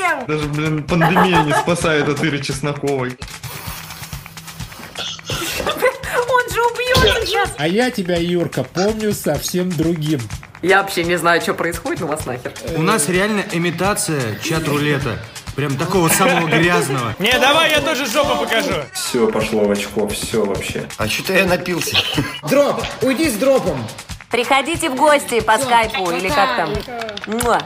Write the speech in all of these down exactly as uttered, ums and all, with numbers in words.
Мяу. Даже, блин, пандемия не спасает от Иры Чесноковой. Он же убьет сейчас. А я тебя, Юрка, помню совсем другим. Я вообще не знаю, что происходит, ну вас нахер. У нас реально имитация чат-рулета. Прям такого самого грязного. Не, давай я тоже жопу покажу. Все пошло в очко, все вообще. А что-то я напился. Дроп, уйди с дропом. Приходите в гости по скайпу или как там. Муа.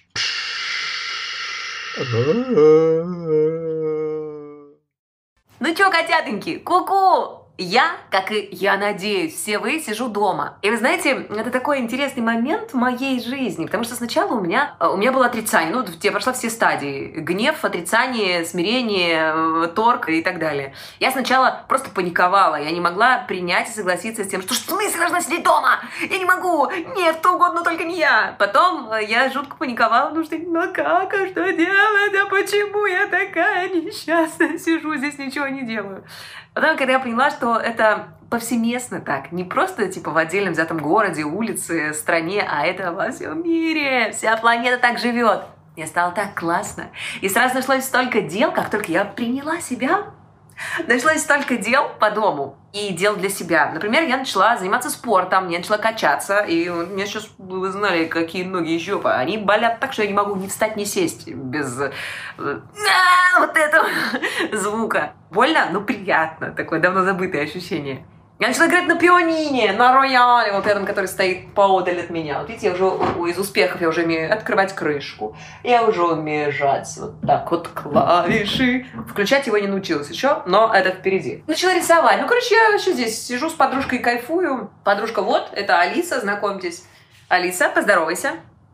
Ну чё, котятоньки, ку-ку! Я, как и я надеюсь, все вы, сижу дома. И вы знаете, это такой интересный момент в моей жизни, потому что сначала у меня, у меня было отрицание, ну, я прошла все стадии. Гнев, отрицание, смирение, торг и так далее. Я сначала просто паниковала, я не могла принять и согласиться с тем, что в смысле должна сидеть дома? Я не могу! Нет, кто угодно, только не я! Потом я жутко паниковала, потому что ну как, а что делать? А почему я такая несчастная? Сижу здесь, ничего не делаю. Потом, когда я поняла, что это повсеместно так, не просто типа в отдельном взятом городе, улице, стране, а это во всем мире, вся планета так живет. Мне стало так классно. И сразу нашлось столько дел, как только я приняла себя, нашлось столько дел по дому и дел для себя. Например, я начала заниматься спортом, я начала качаться, и у меня сейчас, вы знали, какие ноги и жопа, они болят так, что я не могу ни встать, ни сесть без вот этого звука. Больно, но приятно, такое давно забытое ощущение. Я начала играть на пианине, на рояле, вот этом, который стоит поодаль от меня. Вот видите, я уже из успехов я уже умею открывать крышку. Я уже умею жать вот так вот клавиши. Включать его не научилась еще, но это впереди. Начала рисовать. Ну, короче, я еще здесь сижу с подружкой и кайфую. Подружка вот, это Алиса, знакомьтесь. Алиса, поздоровайся.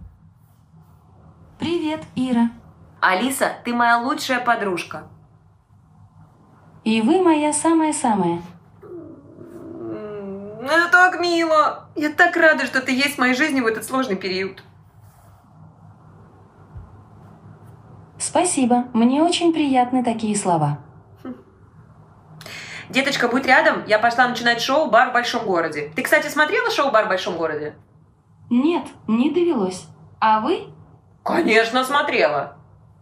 Привет, Ира. Алиса, ты моя лучшая подружка. И вы моя самая-самая. Это так мило. Я так рада, что ты есть в моей жизни в этот сложный период. Спасибо. Мне очень приятны такие слова. Деточка, будь рядом. Я пошла начинать шоу «Бар в большом городе». Ты, кстати, смотрела шоу «Бар в большом городе»? Нет, не довелось. А вы? Конечно, смотрела.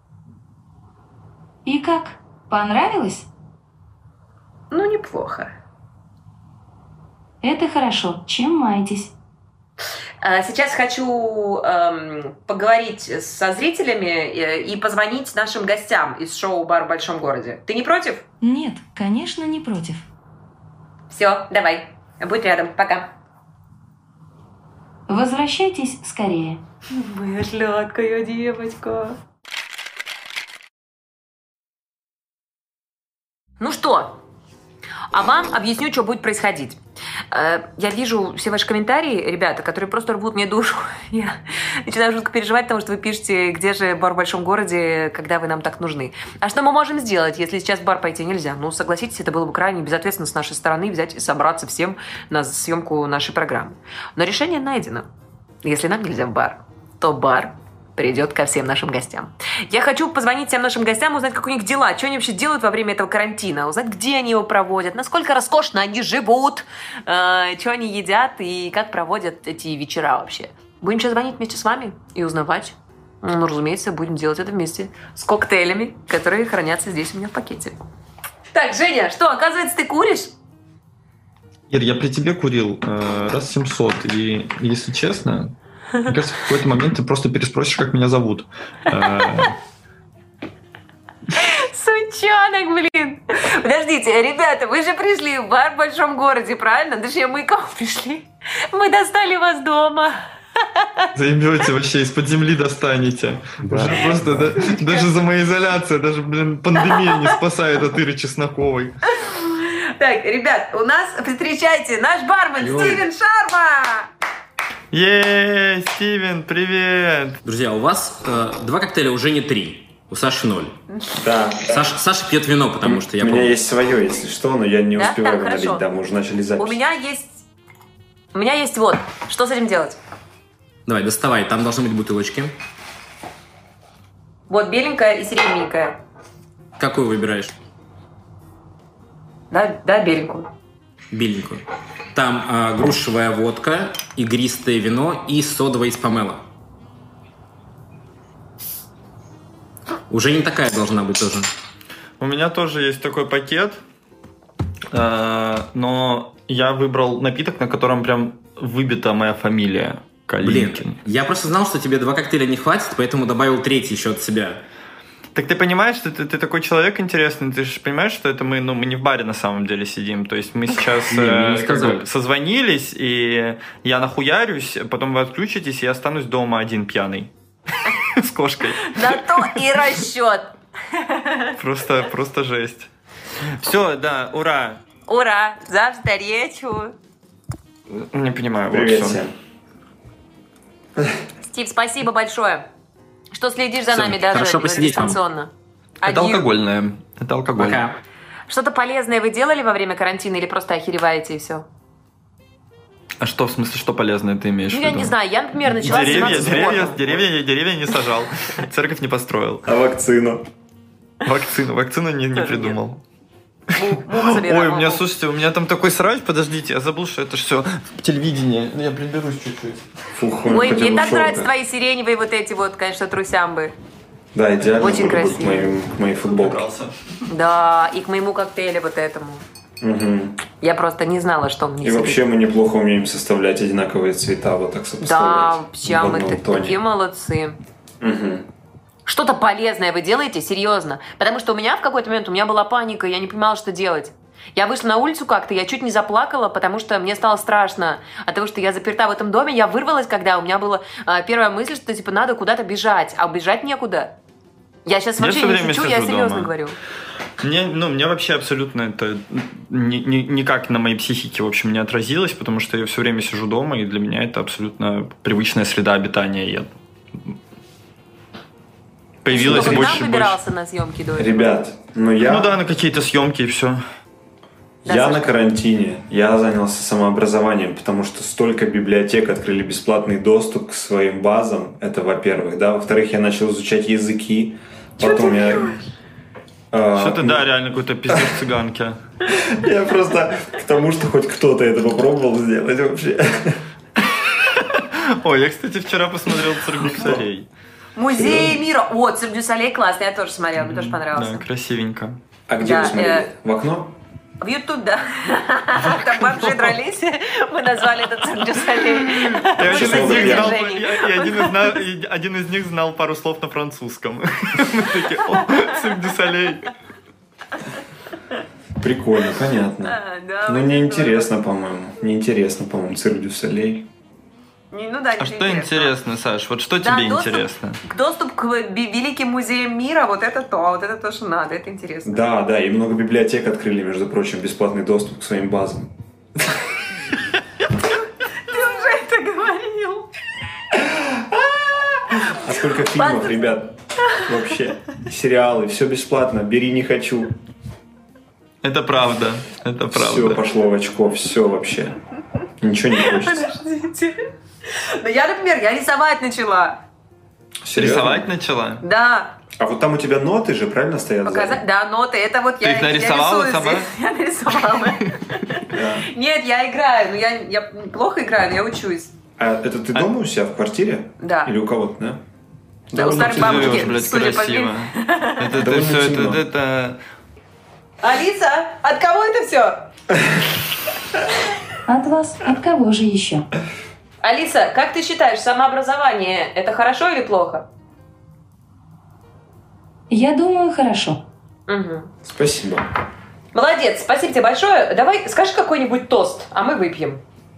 И как? Понравилось? Ну, неплохо. Это хорошо. Чем маетесь? Сейчас хочу эм, поговорить со зрителями и позвонить нашим гостям из шоу «Бар в большом городе». Ты не против? Нет, конечно, не против. Все, давай. Будь рядом. Пока. Возвращайтесь скорее. Моя сладкая девочка. Ну что? А вам объясню, что будет происходить. Я вижу все ваши комментарии, ребята, которые просто рвут мне душу. Я начинаю жутко переживать, потому что вы пишете, где же бар в большом городе, когда вы нам так нужны. А что мы можем сделать, если сейчас в бар пойти нельзя? Ну, согласитесь, это было бы крайне безответственно с нашей стороны взять и собраться всем на съемку нашей программы. Но решение найдено. Если нам нельзя в бар, то бар придет ко всем нашим гостям. Я хочу позвонить всем нашим гостям, узнать, как у них дела, что они вообще делают во время этого карантина, узнать, где они его проводят, насколько роскошно они живут, э, что они едят и как проводят эти вечера вообще. Будем сейчас звонить вместе с вами и узнавать. Ну, разумеется, будем делать это вместе с коктейлями, которые хранятся здесь у меня в пакете. Так, Женя, что, оказывается, ты куришь? Ир, я при тебе курил э, раз семьсот, и, если честно... Мне кажется, в какой-то момент ты просто переспросишь, как меня зовут. Сучонок, блин. Подождите, ребята, вы же пришли в бар в большом городе, правильно? Точнее, мы кого пришли? Мы достали вас дома. Займете вообще, из-под земли достанете. Да. Уже просто да, даже самоизоляция, даже, блин, пандемия не спасает от Иры Чесноковой. Так, ребят, у нас, встречайте, наш бармен Ё. Стивен Шарма. Ей, Стивен, привет! Друзья, у вас э, два коктейля, уже не три. У Саши ноль. Да. Саша, Саша пьет вино, потому что я... У меня помню. есть свое, если что, но я не да? успеваю так, налить. Да, мы уже начали запись. У меня есть... У меня есть вот. Что с этим делать? Давай, доставай, там должны быть бутылочки. Вот беленькая и средненькая. Какую выбираешь? Да, да, беленькую. Беленькую. Там э, грушевая водка, игристое вино и содовое из помела. Уже не такая должна быть тоже. У меня тоже есть такой пакет, э, но я выбрал напиток, на котором прям выбита моя фамилия. Калинкин. Блин, я просто знал, что тебе два коктейля не хватит, поэтому добавил третий еще от себя. Так ты понимаешь, что ты, ты такой человек интересный, ты же понимаешь, что это мы, ну, мы не в баре на самом деле сидим, то есть мы сейчас э, как бы созвонились, и я нахуярюсь, потом вы отключитесь, и я останусь дома один пьяный с кошкой. На то и расчет. Просто, просто жесть. Все, да, ура. Ура, за встречу. Не понимаю. Привет вот всем. Стив, спасибо большое, что следишь за Всё, нами даже хорошо посидеть вам. дистанционно. Это Адью. алкогольное. Это алкогольное. Пока. Что-то полезное вы делали во время карантина или просто охереваете и все? А что, в смысле, что полезное ты имеешь Ну, в я виду? не знаю, я, например, начала Деревья, заниматься деревья, спортом. деревья, деревья не сажал, церковь не построил. А вакцину? Вакцину, вакцину не, не Тоже придумал. Мух- мух собираю, Ой, у меня, мух. слушайте, у меня там такой срач, подождите, я забыл, что это все телевидение. Я приберусь чуть-чуть. Фух, он Ой, хотя мне бы так шорты. нравятся твои сиреневые вот эти вот, конечно, трусямбы. Да, идеально Очень было бы красиво. к, моим, к моей футболке. Да, и к моему коктейлю вот этому. Мгм. Я просто не знала, что мне И вообще мы неплохо умеем составлять одинаковые цвета, вот так Да, сопоставлять. вообще в мы одном так- тоне. такие молодцы. Мгм. Что-то полезное вы делаете, серьезно. Потому что у меня в какой-то момент, у меня была паника, я не понимала, что делать. Я вышла на улицу как-то, я чуть не заплакала, потому что мне стало страшно от того, что я заперта в этом доме. Я вырвалась, когда у меня была а, первая мысль, что типа надо куда-то бежать, а убежать некуда. Я сейчас Я вообще всё не время шучу, я сижу серьезно дома. говорю. Мне, ну, мне вообще абсолютно это ни- ни- никак на моей психике, в общем, не отразилось, потому что я все время сижу дома, и для меня это абсолютно привычная среда обитания. Я... Появилось Ты только к больше нам больше. выбирался на съемки до этого? Ребят, ну я, Ну да, на какие-то съемки и все. Да, я Сашка? на карантине, я занялся самообразованием, потому что столько библиотек открыли бесплатный доступ к своим базам, это во-первых, да, во-вторых, я начал изучать языки, потом я... а, Что ты, да, реально какой-то пиздец цыганки. Я просто к тому, что хоть кто-то это попробовал сделать вообще. Ой, я, кстати, вчера посмотрел «Цирк Дюсалей». Музей мира. О, Цирк дю Солей классный, я тоже смотрела, мне тоже понравился. Да, красивенько. А где Да, вы смотрели? э, В окно? В Ютуб, да. Там бомжи дрались, мы назвали это Цирк дю Солей. И Мы один, с из них этим знал, движением. и- и один из на- и один из них знал пару слов на французском. Мы такие, о, «Цирк дю Солей». Прикольно, понятно. А, да, Ну, очень неинтересно, по-моему. Неинтересно, по-моему, «Цирк дю Солей». Не, ну да, А не что интересно, Саш? Вот что Да, тебе доступ- интересно? К доступ к би- великим музеям мира, вот это то, вот это то, что надо, это интересно. Да, да, и много библиотек открыли, между прочим, бесплатный доступ к своим базам. Ты уже это говорил. А сколько фильмов, ребят, вообще, сериалы, все бесплатно, бери не хочу. Это правда, это Все правда. пошло в очко, все вообще. Ничего не хочется. Подождите. Ну я, например, я рисовать начала. Серьезно? Рисовать начала? Да, А вот там у тебя ноты же, правильно, стоят? показать, да, ноты, это вот Ты я, их я нарисовала рисую сама? здесь. Я нарисовала. Нет, я играю, но я, я плохо играю, но я учусь. А это ты дома у себя в квартире? Да. Или у кого-то, да? Да, у Довольно старой Ты тяжело. бабушки. живешь, блядь, судя по красиво. фильму. Это, это Довольно все, это, темно. это... Алиса, от кого это все? От вас? От кого же еще? Алиса, как ты считаешь, самообразование это хорошо или плохо? Я думаю, хорошо. Угу. Спасибо. Молодец, спасибо тебе большое. Давай скажи какой-нибудь тост, а мы выпьем.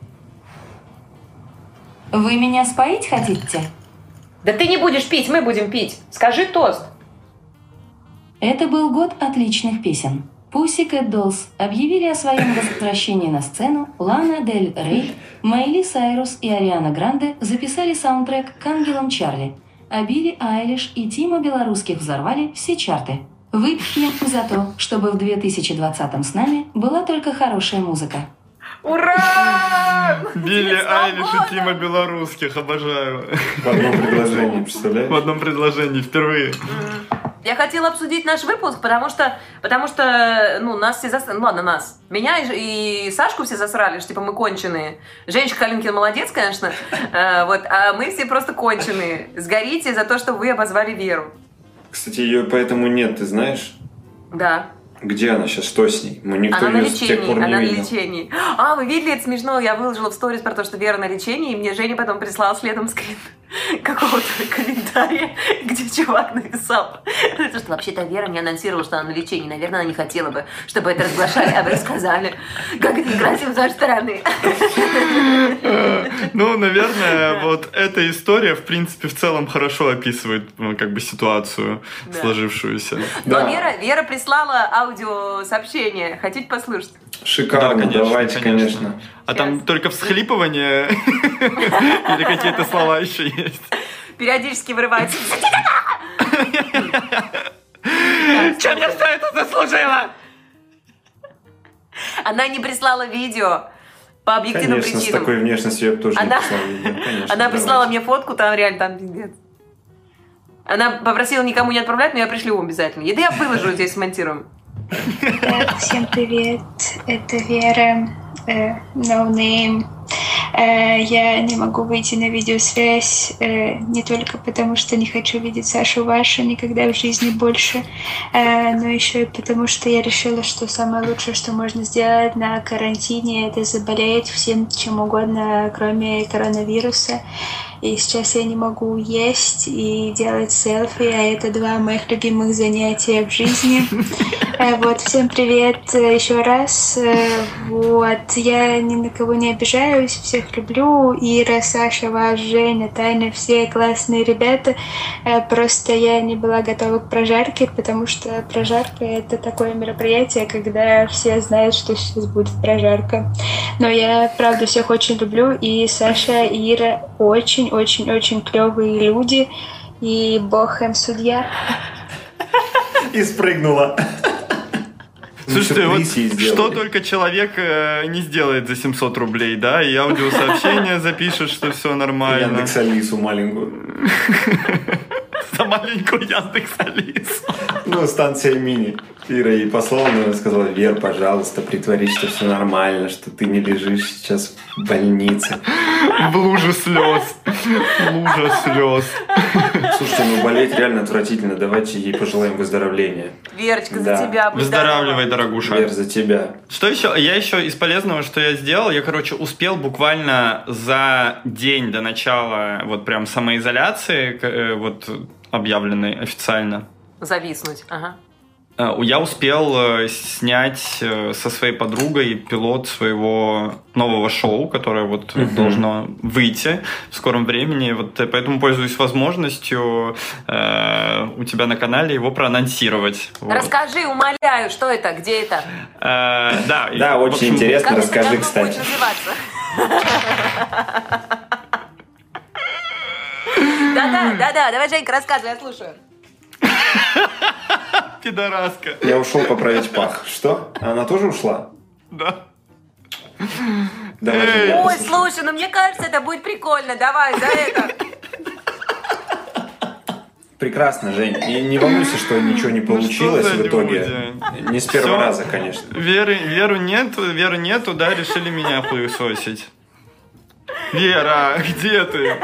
Вы меня споить хотите? Да ты не будешь пить, мы будем пить. Скажи тост. Это был год отличных песен. Pussycat Dolls объявили о своем возвращении на сцену. Лана Дель Рей, Майли Сайрус и Ариана Гранде записали саундтрек к «Ангелам Чарли», а Билли Айлиш и Тима Белорусских взорвали все чарты. Выпьем за то, чтобы в две тысячи двадцатом с нами была только хорошая музыка. Ура! Билли С Новым Айлиш и годом! Тима Белорусских, обожаю. В одном предложении, представляешь? В одном предложении, впервые. Я хотела обсудить наш выпуск, потому что, потому что, ну, нас все засрали, ну, ладно, нас. Меня и, и Сашку все засрали, что, типа, мы конченые. Женечка Калинкин молодец, конечно, э, вот, а мы все просто конченые. Сгорите за то, что вы обозвали Веру. Кстати, ее поэтому нет, ты знаешь? Да. Где она сейчас? Что с ней? Мы никто она ее на с тех лечении, пор не она видел. на лечении. А, вы видели, это смешно, я выложила в сторис про то, что Вера на лечении, и мне Женя потом прислал следом скрин какого-то комментария, где чувак написал, что вообще-то Вера не анонсировала, что она на лечении. Наверное, она не хотела бы, чтобы это разглашали, а вы рассказали. Как это некрасиво с вашей стороны. Ну, наверное, вот эта история, в принципе, в целом хорошо описывает, ну, как бы, ситуацию Да. сложившуюся. Но Да. Вера, Вера прислала аудиосообщение. Хотите послушать? Шикарно, Да, конечно, давайте, конечно. конечно. А там только всхлипывание или какие-то слова еще есть? Периодически вырывается. Чем я все это заслужила? Она не прислала видео по объективным Конечно, с причинам. такой внешностью я бы тоже Она- не прислал видео. Конечно, Она прислала давайте. мне фотку, там реально там пиздец. Она попросила никому не отправлять, но я пришлю вам обязательно. Еды я выложу, здесь смонтируем. Так, всем привет, это Вера, э, No Name. Э, я не могу выйти на видеосвязь э, не только потому, что не хочу видеть Сашу Вашу никогда в жизни больше, э, но еще и потому, что я решила, что самое лучшее, что можно сделать на карантине, это заболеть всем чем угодно, кроме коронавируса. И сейчас я не могу есть и делать селфи, а это два моих любимых занятия в жизни. Э, Вот, всем привет э, еще раз. Э, Вот, я ни на кого не обижаюсь, всех люблю. Ира, Саша, Ваш, Женя, Таня, все классные ребята. Э, Просто я не была готова к прожарке, потому что прожарка — это такое мероприятие, когда все знают, что сейчас будет прожарка. Но я, правда, всех очень люблю, и Саша и Ира очень-очень-очень клевые люди, и бог им судья. И спрыгнула. Слушайте, Ну, вот сюрприз ей сделали. что только человек э, не сделает за семьсот рублей, да? И аудиосообщение запишет, что все нормально. Яндекс Алису маленькую. За маленькую Яндекс Алису. Ну, станция мини. Ира ей послала, но она сказала: Вер, пожалуйста, притворись, что все нормально, что ты не лежишь сейчас в больнице. В луже слез. Лужа слез. Слушайте, ну болеть реально отвратительно. Давайте ей пожелаем выздоровления. Верочка, Да. за тебя. будь Выздоравливай, здорова. дорогуша. Вер, за тебя. Что еще? Я еще из полезного, что я сделал, я, короче, успел буквально за день до начала вот прям самоизоляции, к- э, вот объявленной официально, Зависнуть, ага. э, я успел э, снять э, со своей подругой пилот своего нового шоу, которое вот Мгм. должно выйти в скором времени. Вот э, поэтому пользуюсь возможностью э, у тебя на канале его проанонсировать. Вот. Расскажи, умоляю, что это, где это? Э, да, и, Да, в очень общем, интересно. Как это Расскажи, давно кстати. будет называться? Да-да, да-да, давай, Женька, рассказывай, я слушаю. Пидораска. Я ушел поправить пах. Что? Она тоже ушла? Да. Давай. Эй. я Ой, послушаю. слушай, ну мне кажется, это будет прикольно. Давай, за это. Прекрасно, Жень. И не волнуйся, что ничего не получилось Ну, что за в итоге. люди? Не с первого Всё. раза, конечно. Веры, Веру нету, Веру нету, да, решили меня хуесосить. Вера, где ты?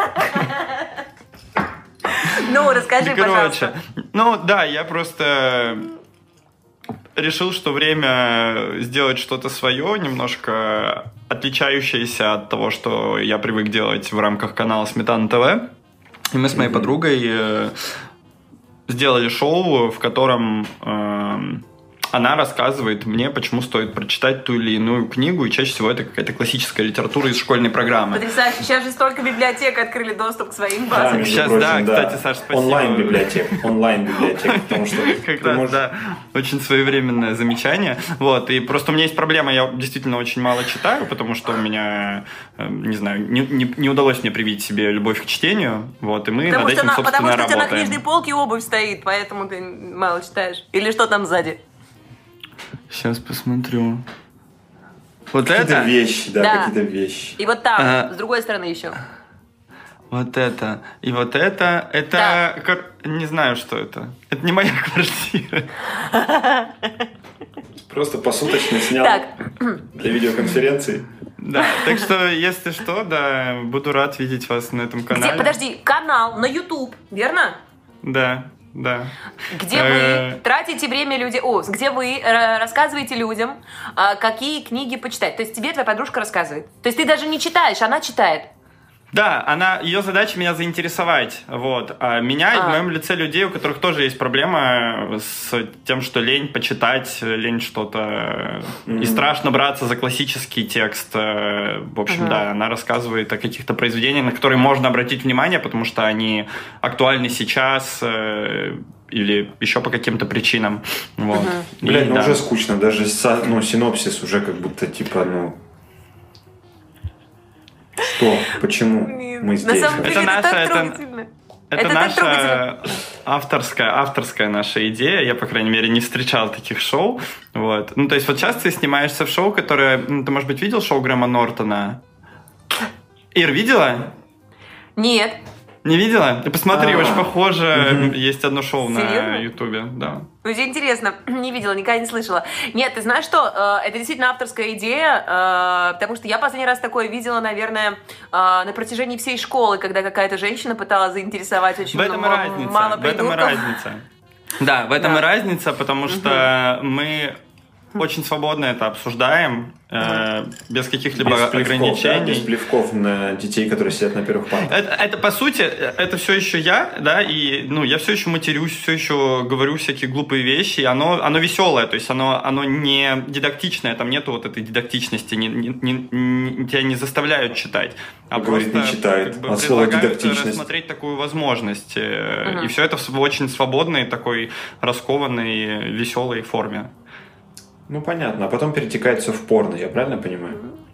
Ну, расскажи, Короче, пожалуйста. ну да, я просто решил, что время сделать что-то свое, немножко отличающееся от того, что я привык делать в рамках канала Сметана ТВ. И мы с моей подругой э, сделали шоу, в котором э, она рассказывает мне, почему стоит прочитать ту или иную книгу, и чаще всего это какая-то классическая литература из школьной программы. Потрясающе. Сейчас же столько библиотек открыли доступ к своим Да, базам. между Сейчас, прочим, да, кстати, Саш, спасибо. Онлайн-библиотек. Онлайн-библиотек. Потому что Как ты раз, можешь- да, очень своевременное замечание. Вот, и просто у меня есть проблема, я действительно очень мало читаю, потому что у меня, э, не знаю, не, не, не удалось мне привить себе любовь к чтению. Вот, и мы Потому над что, этим, на, собственно, потому что у тебя на работаем. книжной полке обувь стоит, поэтому ты мало читаешь. Или что там сзади? Сейчас посмотрю. Вот Какие-то это, вещи, да, Да. какие-то вещи. И вот там, А. с другой стороны еще. вот это, и вот это, это, кор- не знаю, что это. Это не моя квартира. Просто посуточно снял Так. для видеоконференции. Да, так что, если что, да, буду рад видеть вас на этом Где, канале. подожди, канал на YouTube, верно? Да. Да. Где вы тратите время людям... О, где вы рассказываете людям, какие книги почитать. То есть тебе твоя подружка рассказывает. То есть ты даже не читаешь, она читает. Да, она, ее задача меня заинтересовать, вот. А меня а. в моем лице людей, у которых тоже есть проблема с тем, что лень почитать, лень что-то, mm-hmm. и страшно браться за классический текст. В общем, uh-huh. да, она рассказывает о каких-то произведениях, на которые можно обратить внимание, потому что они актуальны сейчас или еще по каким-то причинам. Вот. Uh-huh. Блядь, ну да. уже скучно, даже ну, синопсис уже как будто типа, ну... Что? Почему мы здесь? На самом деле, это, это наша, так трогательно. Это, это, это наша авторская, авторская наша идея. Я, по крайней мере, не встречал таких шоу. Вот. Ну, то есть, вот сейчас ты снимаешься в шоу, которое... Ну, ты, может быть, видел шоу Грэма Нортона? Ир, видела? Нет. Не видела? Ты посмотри, очень похоже. Есть одно шоу на Ютубе. Да. Очень интересно. Не видела, никогда не слышала. Нет, ты знаешь что? Это действительно авторская идея, потому что я последний раз такое видела, наверное, на протяжении всей школы, когда какая-то женщина пыталась заинтересовать очень много, мало придурков. В этом и разница. Да, в этом и разница, потому что мы... очень свободно это обсуждаем, э, без каких-либо без ограничений. Да, без плевков на детей, которые сидят на первых партах. Это, это, по сути, это все еще я, да, и ну, я все еще матерюсь, все еще говорю всякие глупые вещи, и оно, оно веселое, то есть оно, оно не дидактичное, там нету вот этой дидактичности, не, не, не, не, тебя не заставляют читать, а говорит, просто не читает, как бы, а слово предлагают рассмотреть такую возможность. Uh-huh. И все это в очень свободной, такой раскованной, веселой форме. Ну, понятно. А потом перетекает все в порно, я правильно понимаю?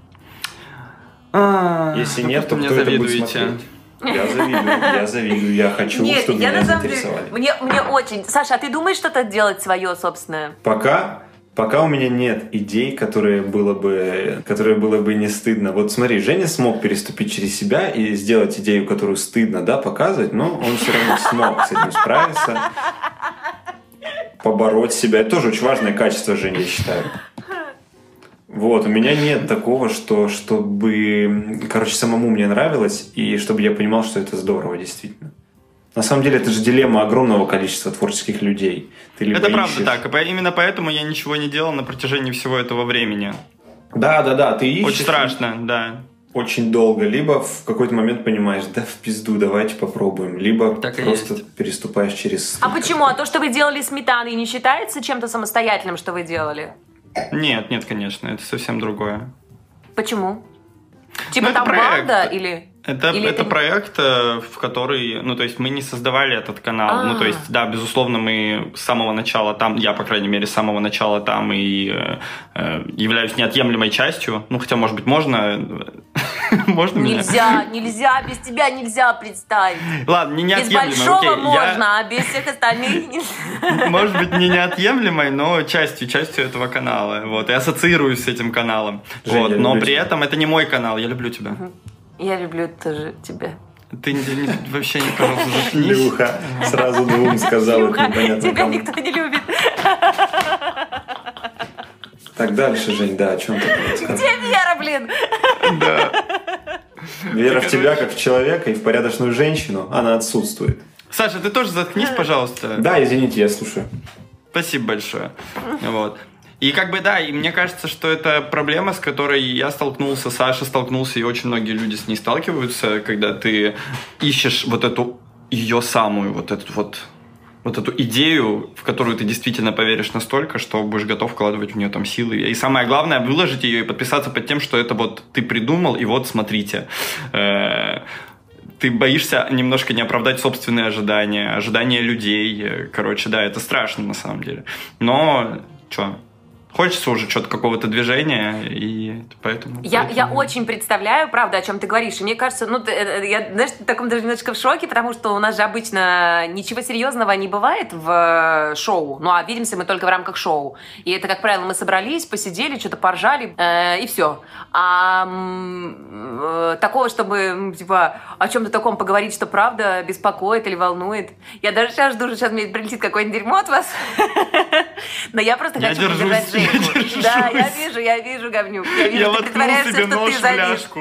А, Если нет, то кто это будет смотреть? Я завидую, я завидую, я хочу, Нет, чтобы я меня заинтересовали. Мне, мне очень... Саша, а ты думаешь что-то делать свое собственное? Пока... Пока у меня нет идей, которые было бы, которые было бы не стыдно. Вот смотри, Женя смог переступить через себя и сделать идею, которую стыдно, да, показывать, но он все равно смог с этим справиться. Побороть себя. Это тоже очень важное качество, Женя, я считаю. Вот, у меня нет такого, что чтобы, короче, самому мне нравилось, и чтобы я понимал, что это здорово, действительно. На самом деле, это же дилемма огромного количества творческих людей. Ты либо это ищешь... правда так. Именно поэтому я ничего не делал на протяжении всего этого времени. Да, да, да. Ты ищешь... Очень страшно, да. Очень долго. Либо в какой-то момент понимаешь, да в пизду, давайте попробуем. Либо так просто переступаешь через... А почему? А то, что вы делали сметаной, не считается чем-то самостоятельным, что вы делали? Нет, нет, конечно. Это совсем другое. Почему? Типа ну, там банда или... Это, Или это это... проект, в который, ну, то есть мы не создавали этот канал. А-а-а. Ну, то есть, да, безусловно, мы с самого начала там, я, по крайней мере, с самого начала там и э, являюсь неотъемлемой частью. Ну, хотя, может быть, можно... можно нельзя, меня? Нельзя, без тебя нельзя представить. Ладно, не неотъемлемой. Без большого окей, можно, я... а без всех остальных нельзя. Может быть, не неотъемлемой, но частью, частью этого канала. Вот, и ассоциируюсь с этим каналом. Женя, вот, но при тебя. этом это не мой канал, я люблю тебя. Угу. Я люблю тоже тебя. Ты не, не, вообще не, пожалуйста, заткнись. Шлюха. Сразу двум сказал. Шлюха, тебя кому. Никто не любит. Так, дальше, Жень, да, о чем ты рассказываешь? Где Вера, блин? Да. Вера в тебя, как в человека, и в порядочную женщину, она отсутствует. Саша, ты тоже заткнись, пожалуйста. Да, извините, я слушаю. Спасибо большое. Вот. И как бы да, и мне кажется, что это проблема, с которой я столкнулся, Саша столкнулся, и очень многие люди с ней сталкиваются, когда ты ищешь вот эту ее самую, вот эту вот, вот эту идею, в которую ты действительно поверишь настолько, что будешь готов вкладывать в нее там силы. И самое главное, выложить ее и подписаться под тем, что это вот ты придумал, и вот смотрите. Ты боишься немножко не оправдать собственные ожидания, ожидания людей. Короче, да, это страшно на самом деле. Но, что... Хочется уже что-то, какого-то движения, и поэтому... Я, поэтому... я очень представляю, правда, о чем ты говоришь. И мне кажется, ну, я, знаешь, в таком даже немножко в шоке, потому что у нас же обычно ничего серьезного не бывает в шоу. Ну, а видимся мы только в рамках шоу. И это, как правило, мы собрались, посидели, что-то поржали, э, и все. А э, такого, чтобы, типа, о чем-то таком поговорить, что правда беспокоит или волнует. Я даже сейчас жду, что сейчас мне прилетит какое-нибудь дерьмо от вас. Но я просто я хочу держусь, поддержать Женьку. Я держусь. Да, я вижу, я вижу, говнюк. Я вижу, я ты притворяешься, себе что нож ты в завис. ляжку.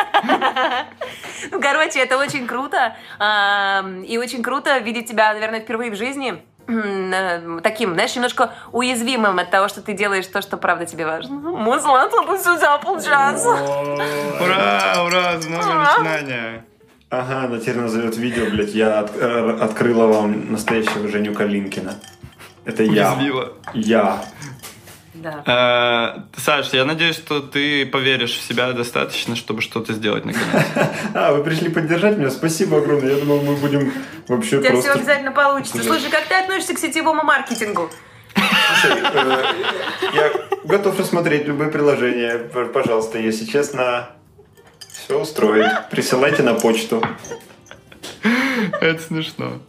Ну, короче, это очень круто. И очень круто видеть тебя, наверное, впервые в жизни таким, знаешь, немножко уязвимым от того, что ты делаешь то, что правда тебе важно. Мой златый бы сюда полчаса. Ура, ура, новое начинание. Ага, она теперь назовет видео, блядь, я от, э, открыла вам настоящего Женю Калинкина. Это я. Уязвила. Я. Да. Э, Саш, я надеюсь, что ты поверишь в себя достаточно, чтобы что-то сделать наконец. А, вы пришли поддержать меня? Спасибо огромное. Я думал, мы будем вообще У тебя просто... все обязательно получится. Слушай, как ты относишься к сетевому маркетингу? Слушай, э, я готов рассмотреть любые приложения. Пожалуйста, если честно, все устроит. Присылайте на почту. Это смешно.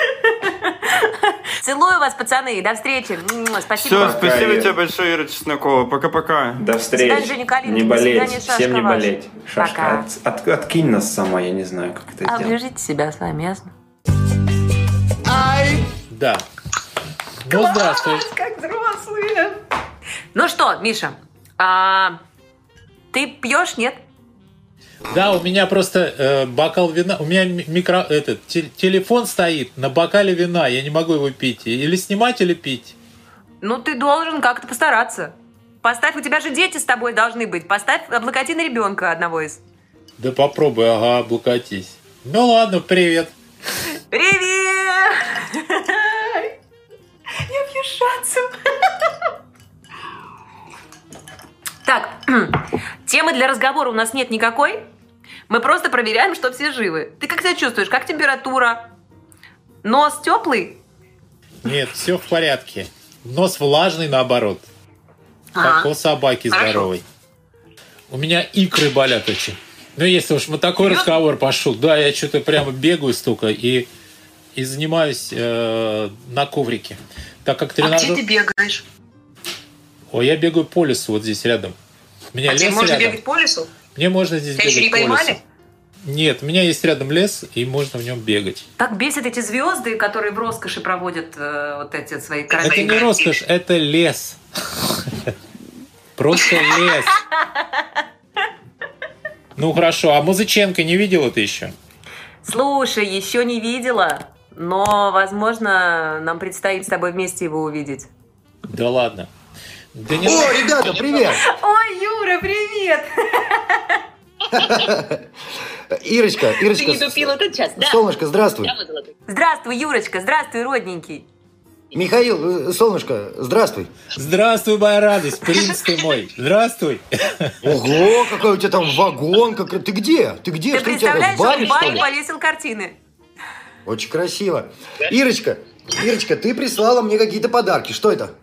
Целую вас, пацаны. До встречи. Спасибо. Все, вам. спасибо тебе большое, Ира Чеснокова. Пока-пока. До встречи. До свидания, Женя Калинкин. Не До болеть. свидания, Шашка Всем не ваша. болеть. Шашка, Пока. от, от- откинь нас сама, я не знаю, как это сделать. Обвяжите себя своим, ясно? Да. Ну, здравствуй. Как взрослые. Ну что, Миша, а, ты пьешь, нет? Да, у меня просто э, бокал вина, у меня ми- микро, этот, те- телефон стоит на бокале вина, я не могу его пить. Или снимать, или пить. Ну, ты должен как-то постараться. Поставь, у тебя же дети с тобой должны быть. Поставь, облокоти на ребенка одного из. Да попробуй, ага, облокотись. Ну ладно, привет. Привет! Я пью шатцем. Так, темы для разговора у нас нет никакой. Мы просто проверяем, что все живы. Ты как себя чувствуешь? Как температура? Нос теплый? Нет, все в порядке. Нос влажный, наоборот. Ага. Как у собаки Хорошо. здоровой. У меня икры болят очень. Ну, если уж мы такой разговор пошел, да, я что-то прямо бегаю столько и, и занимаюсь э, на коврике. Так как тренажер... А где ты бегаешь? Ой, я бегаю по лесу вот здесь рядом. У меня А лес тебе можно рядом. бегать по лесу? Мне можно здесь Тебя бегать еще не по лесу. поймали? Нет, у меня есть рядом лес, и можно в нем бегать. Так бесят эти звезды, которые в роскоши проводят э, вот эти свои Это карантины. не роскошь, это лес. Просто лес. Ну хорошо, а Музыченко не видела ты еще? Слушай, еще не видела, но, возможно, нам предстоит с тобой вместе его увидеть. Да ладно. Да не... О, ребята, привет! Ой, Юра, привет! Ирочка, Ирочка, Ты не тупил этот час, да? солнышко, здравствуй. Здравствуй, Юрочка, здравствуй, родненький. Михаил, э, солнышко, здравствуй. Здравствуй, моя радость, принц ты мой. Здравствуй. Ого, какой у тебя там вагон, как... ты где? Ты где? Ты Что у тебя представляешь, в баре, он в что баре ли? повесил картины. Очень красиво. Ирочка, Ирочка, ты прислала мне какие-то подарки. Что это?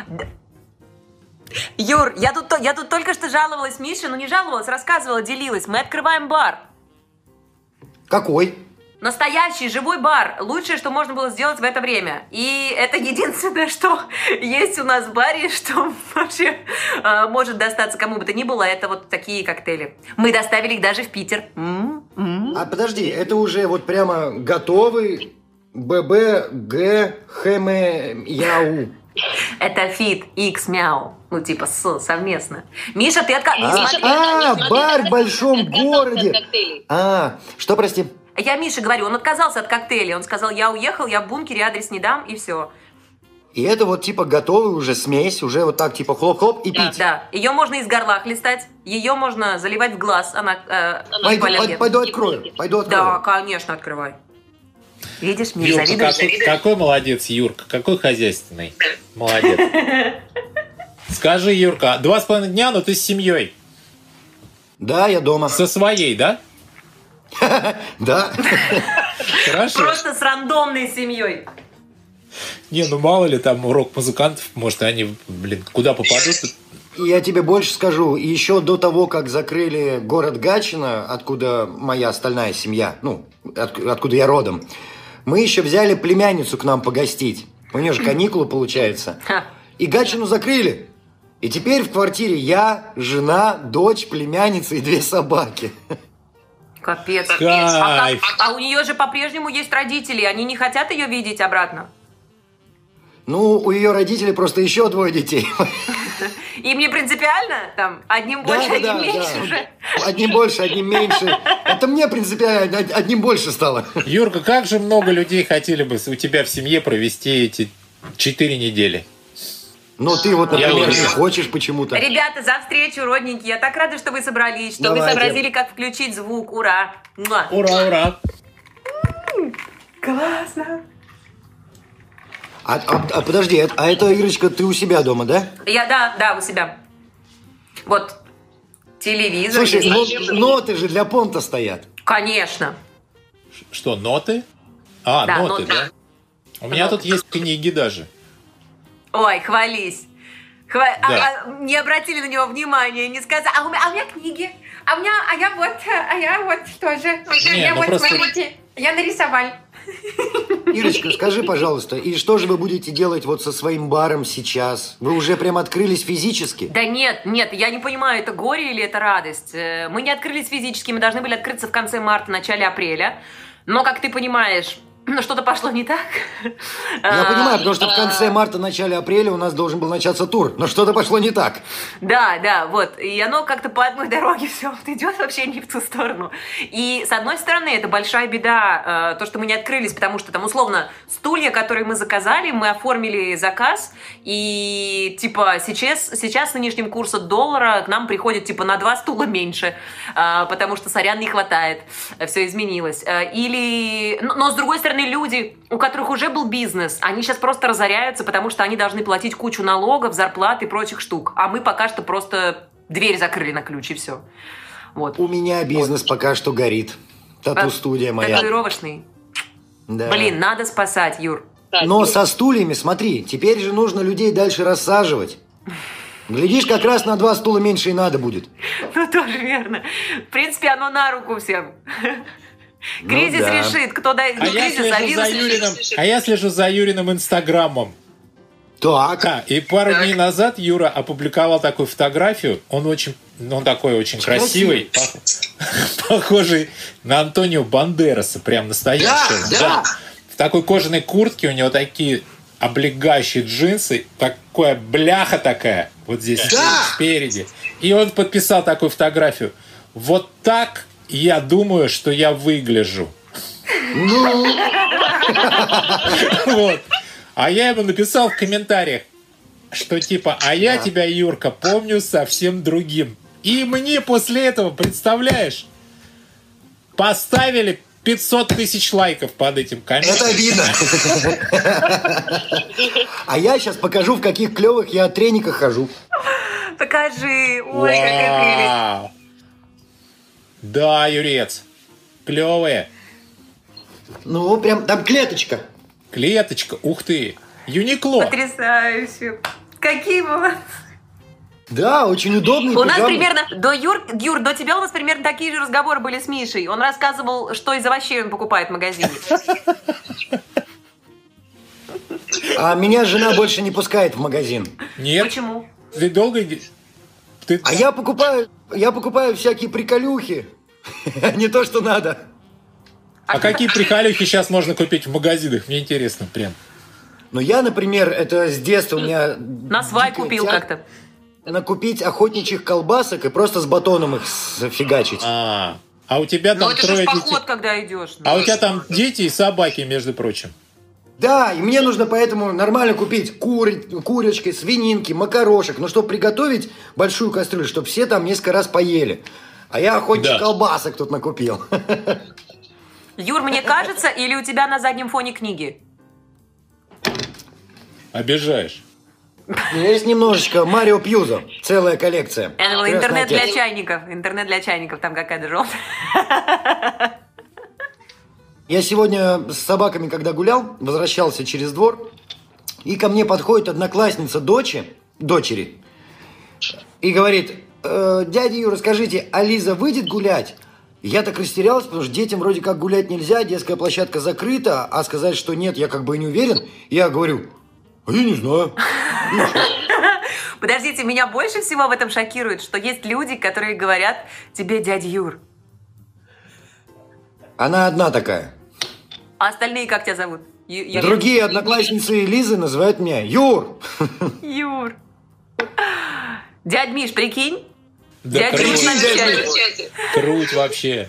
Юр, я тут, я тут только что жаловалась Мише, ну не жаловалась, рассказывала, делилась. Мы открываем бар. Какой? Настоящий, живой бар. Лучшее, что можно было сделать в это время. И это единственное, что есть у нас в баре, что вообще э, может достаться кому бы то ни было. Это вот такие коктейли. Мы доставили их даже в Питер. М-м-м. А подожди, это уже вот прямо готовый ББ Г Хэм Яу. Это фит X мяу. Ну, типа с, совместно. Миша, ты отка... А, а, бар в большом городе. А, что, прости? Я Мише говорю, он отказался от коктейлей. Он сказал, я уехал, я в бункере, адрес не дам, и все. И это вот типа готовый уже смесь, уже вот так типа хлоп-хлоп и Да, пить. да. Ее можно из горла хлестать, ее можно заливать в глаз. Она, э, Пойду, гипоаллерген. пойду, пойду открою, пойду открою. Да, конечно, открывай. Видишь, Миш, Юрка, завидуешь? какой, какой молодец, Юрка, какой хозяйственный. Молодец. Скажи, Юрка, два с половиной дня, но ты с семьей. Да, я дома. Со своей, да? Да. Хорошо. Просто с рандомной семьей. Не, ну мало ли там рок-музыкантов, может, они, блин, куда попадут. Я тебе больше скажу. Еще до того, как закрыли город Гатчина, откуда моя остальная семья, ну, от, откуда я родом, мы еще взяли племянницу к нам погостить. У нее же каникулы, получается. И Гатчину закрыли. И теперь в квартире я, жена, дочь, племянница и две собаки. Капец. Кайф. А, как- а у нее же по-прежнему есть родители, они не хотят ее видеть обратно. Ну, у ее родителей просто еще двое детей. И мне принципиально? Там, одним больше, Да, одним да, меньше да. уже? Одним больше, одним меньше. Это мне принципиально од- одним больше стало. Юрка, как же много людей хотели бы у тебя в семье провести эти четыре недели? Ну, ты вот, Я например, уверен. не хочешь почему-то. Ребята, за встречу, родненькие. Я так рада, что вы собрались, что Давайте. вы сообразили, как включить звук. Ура! Муа. Ура, ура! Классно! А, а- а подожди, это- а это, Ирочка, ты у себя дома, да? Я, да, да, у себя. Вот, телевизор. Слушай, есть. ну, ноты же для понта стоят. Конечно. Что, ноты? А, Да, ноты, ноты. да? У меня тут есть книги даже. Ой, хвались. Хва- а- Да. а, не обратили на него внимания, не сказали. А у меня, а у меня книги. А у меня, а я вот, а я вот тоже. Не, я ну вот, просто- смотрите, я нарисовал. Ирочка, скажи, пожалуйста, и что же вы будете делать вот со своим баром сейчас? Вы уже прям открылись физически? Да нет, нет, я не понимаю, это горе или это радость. Э, Мы не открылись физически, мы должны были открыться в конце марта, начале апреля. Но, как ты понимаешь, ну, что-то пошло не так. Я понимаю, потому что в конце марта, начале апреля у нас должен был начаться тур, но что-то пошло не так. Да, да, вот. И оно как-то по одной дороге все идет вообще не в ту сторону. И с одной стороны, это большая беда, э, то, что мы не открылись, потому что там условно стулья, которые мы заказали, мы оформили заказ, и типа сейчас, сейчас с нынешним курсом доллара к нам приходит типа на два стула меньше, э, потому что сорян не хватает, все изменилось. Э, Или, но, но с другой стороны, люди, у которых уже был бизнес, они сейчас просто разоряются, потому что они должны платить кучу налогов, зарплат и прочих штук. А мы пока что просто дверь закрыли на ключ, и все. Вот. У меня бизнес пока что горит. Тату-студия моя. Татуировочный. Да. Блин, надо спасать, Юр. Но со стульями, смотри, теперь же нужно людей дальше рассаживать. Глядишь, как раз на два стула меньше и надо будет. Ну, тоже верно. В принципе, оно на руку всем. Кризис да. решит, кто дает А я, кризис, а слежу вирус за Юриным, решит. а я слежу за Юриным инстаграмом. Так. А, и пару дней назад Юра опубликовал такую фотографию. Он очень, он такой очень красивый, пох- похожий на Антонио Бандераса, прям настоящего. Да, да. В такой кожаной куртке у него такие облегающие джинсы, такая бляха такая, вот здесь Да. спереди. И он подписал такую фотографию. Вот так я думаю, что я выгляжу. Ну, Вот. А я ему написал в комментариях, что типа, а я тебя, Юрка, помню совсем другим. И мне после этого, представляешь, поставили пятьсот тысяч лайков под этим комментом. это видно. А я сейчас покажу, в каких клевых я трениках хожу. Покажи. Ой, какая прелесть. Вау. Да, Юрец, клевые. Ну, прям там клеточка. Клеточка, ух ты. Юникло. Потрясающе. Какие молодцы. Да, очень удобный. У нас пижамный. примерно, до Юр, Юр, до тебя у нас примерно такие же разговоры были с Мишей. Он рассказывал, что из овощей он покупает в магазине. А меня жена больше не пускает в магазин. Нет. Почему? Ты долго... иди- Ты... А я покупаю, я покупаю всякие приколюхи. Не то, что надо. А какие приколюхи сейчас можно купить в магазинах? Мне интересно прям. Но я, например, это с детства у меня... На свай дикая купил тяга как-то. Накупить охотничьих колбасок и просто с батоном их фигачить. А, а у тебя Ну там это же трое в детей. поход, когда идешь. А у тебя там дети и собаки, между прочим. Да, и мне нужно поэтому нормально купить кури, курочки, свининки, макарошек. Но чтобы приготовить большую кастрюлю, чтобы все там несколько раз поели. А я охотничьих Да. колбасок тут накупил. Юр, мне кажется, или у тебя на заднем фоне книги? Обижаешь. Есть немножечко Марио Пьюзо, целая коллекция. Я думала, Крестный интернет для отец. чайников. Интернет для чайников, там какая-то желтая. Я сегодня с собаками, когда гулял, возвращался через двор, и ко мне подходит одноклассница дочери, дочери и говорит: «Э, дядя Юра, скажите, а Лиза выйдет гулять? Я так растерялся, потому что детям вроде как гулять нельзя, детская площадка закрыта, а сказать, что нет, я как бы и не уверен. Я говорю: а я не знаю. Подождите, меня больше всего в этом шокирует, что есть люди, которые говорят тебе дядя Юр. Она одна такая. А остальные как тебя зовут? Я... Другие одноклассницы Лизы называют меня Юр. Юр. Дядь Миш, прикинь? Да Дядя круть, Миш на чате. Круть вообще.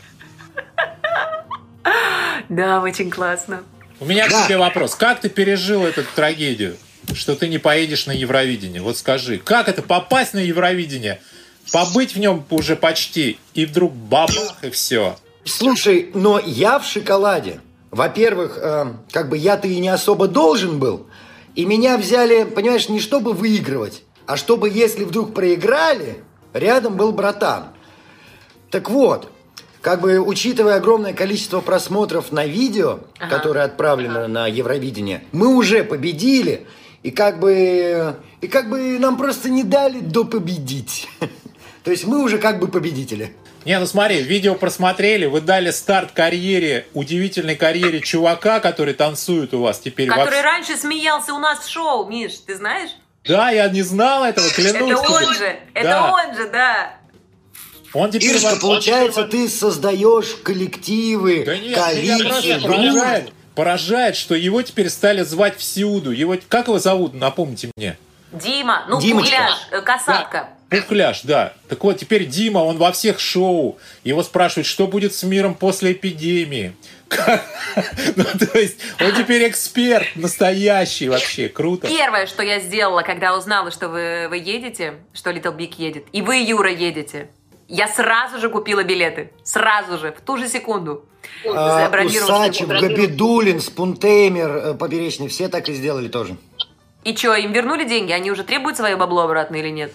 Да, очень классно. У меня Да. к тебе вопрос. Как ты пережил эту трагедию, что ты не поедешь на Евровидение? Вот скажи, как это попасть на Евровидение, побыть в нем уже почти, и вдруг бабах, и все? Слушай, но я в шоколаде. Во-первых, э, как бы я-то и не особо должен был. И меня взяли, понимаешь, не чтобы выигрывать, а чтобы, если вдруг проиграли, рядом был братан. Так вот, как бы учитывая огромное количество просмотров на видео, ага. которое отправлено ага. на Евровидение, мы уже победили, и как бы, и как бы нам просто не дали допобедить. То есть мы уже как бы победители. Не, ну смотри, видео просмотрели, вы дали старт карьере, удивительной карьере чувака, который танцует у вас теперь. Который во... раньше смеялся у нас в шоу, Миш, ты знаешь? Да, я не знал этого, клянусь. Это он же, это да. он же, да. Он теперь Ирочка, вас... получается, ты создаешь коллективы, да нет, коалиции. Поражает, поражает, что его теперь стали звать всюду. Его... Как его зовут, напомните мне? Дима, ну Димочка. Пухляш, касатка. Да, Пухляш, да. Так вот, теперь Дима, он во всех шоу. Его спрашивают, что будет с миром после эпидемии. Ну, то есть, он теперь эксперт настоящий вообще. Круто. Первое, что я сделала, когда узнала, что вы, вы едете, что Little Big едет, и вы, Юра, едете, я сразу же купила билеты. Сразу же, в ту же секунду. А, Усачев, Габидулин, Спунтеймер, Поперечный, все так и сделали тоже. И что, им вернули деньги? Они уже требуют свое бабло обратно или нет?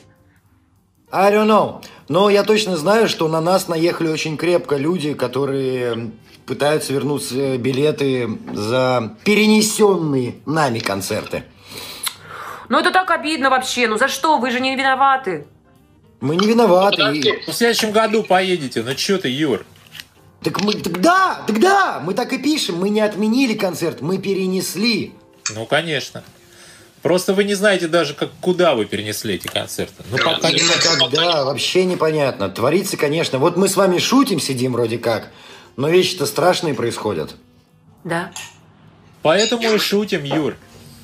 I don't know. Но я точно знаю, что на нас наехали очень крепко люди, которые пытаются вернуть билеты за перенесенные нами концерты. Ну это так обидно вообще. Ну за что? Вы же не виноваты. Мы не виноваты. В следующем году поедете. Ну что ты, Юр? Так мы, так да, так да, мы так и пишем. Мы не отменили концерт, мы перенесли. Ну, конечно. Просто вы не знаете даже, как, куда вы перенесли эти концерты. Ну, пока не когда, вообще непонятно. Творится, конечно. Вот мы с вами шутим, сидим вроде как, но вещи-то страшные происходят. Да. Поэтому и шутим, Юр.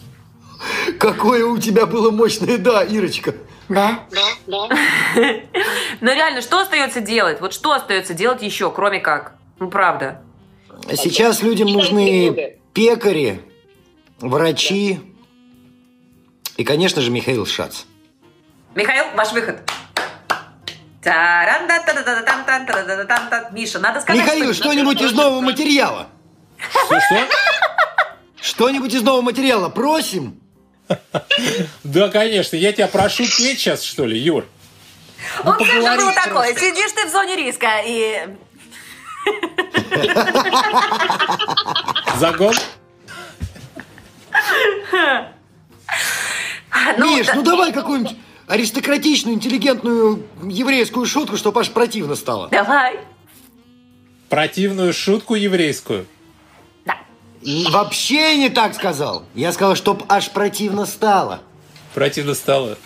Какое у тебя было мощное «да», Ирочка. Да? Да, да. Но реально, что остается делать? Вот что остается делать еще, кроме как? Ну, правда. Сейчас людям нужны пекари, врачи и, конечно же, Михаил Шац. Михаил, ваш выход. Миша, надо сказать... Михаил, что-нибудь из нового материала. Что-что? Что-нибудь из нового материала, просим. Да, конечно. Я тебя прошу петь сейчас, что ли, Юр? Ну, он все же было такое. Сидишь ты в зоне риска и... Загон? Ну, Миш, да... ну давай какую-нибудь аристократичную, интеллигентную еврейскую шутку, чтобы аж противно стало. Давай. Противную шутку еврейскую? Да. Вообще не так сказал. Я сказал, чтоб аж противно стало. Противно стало.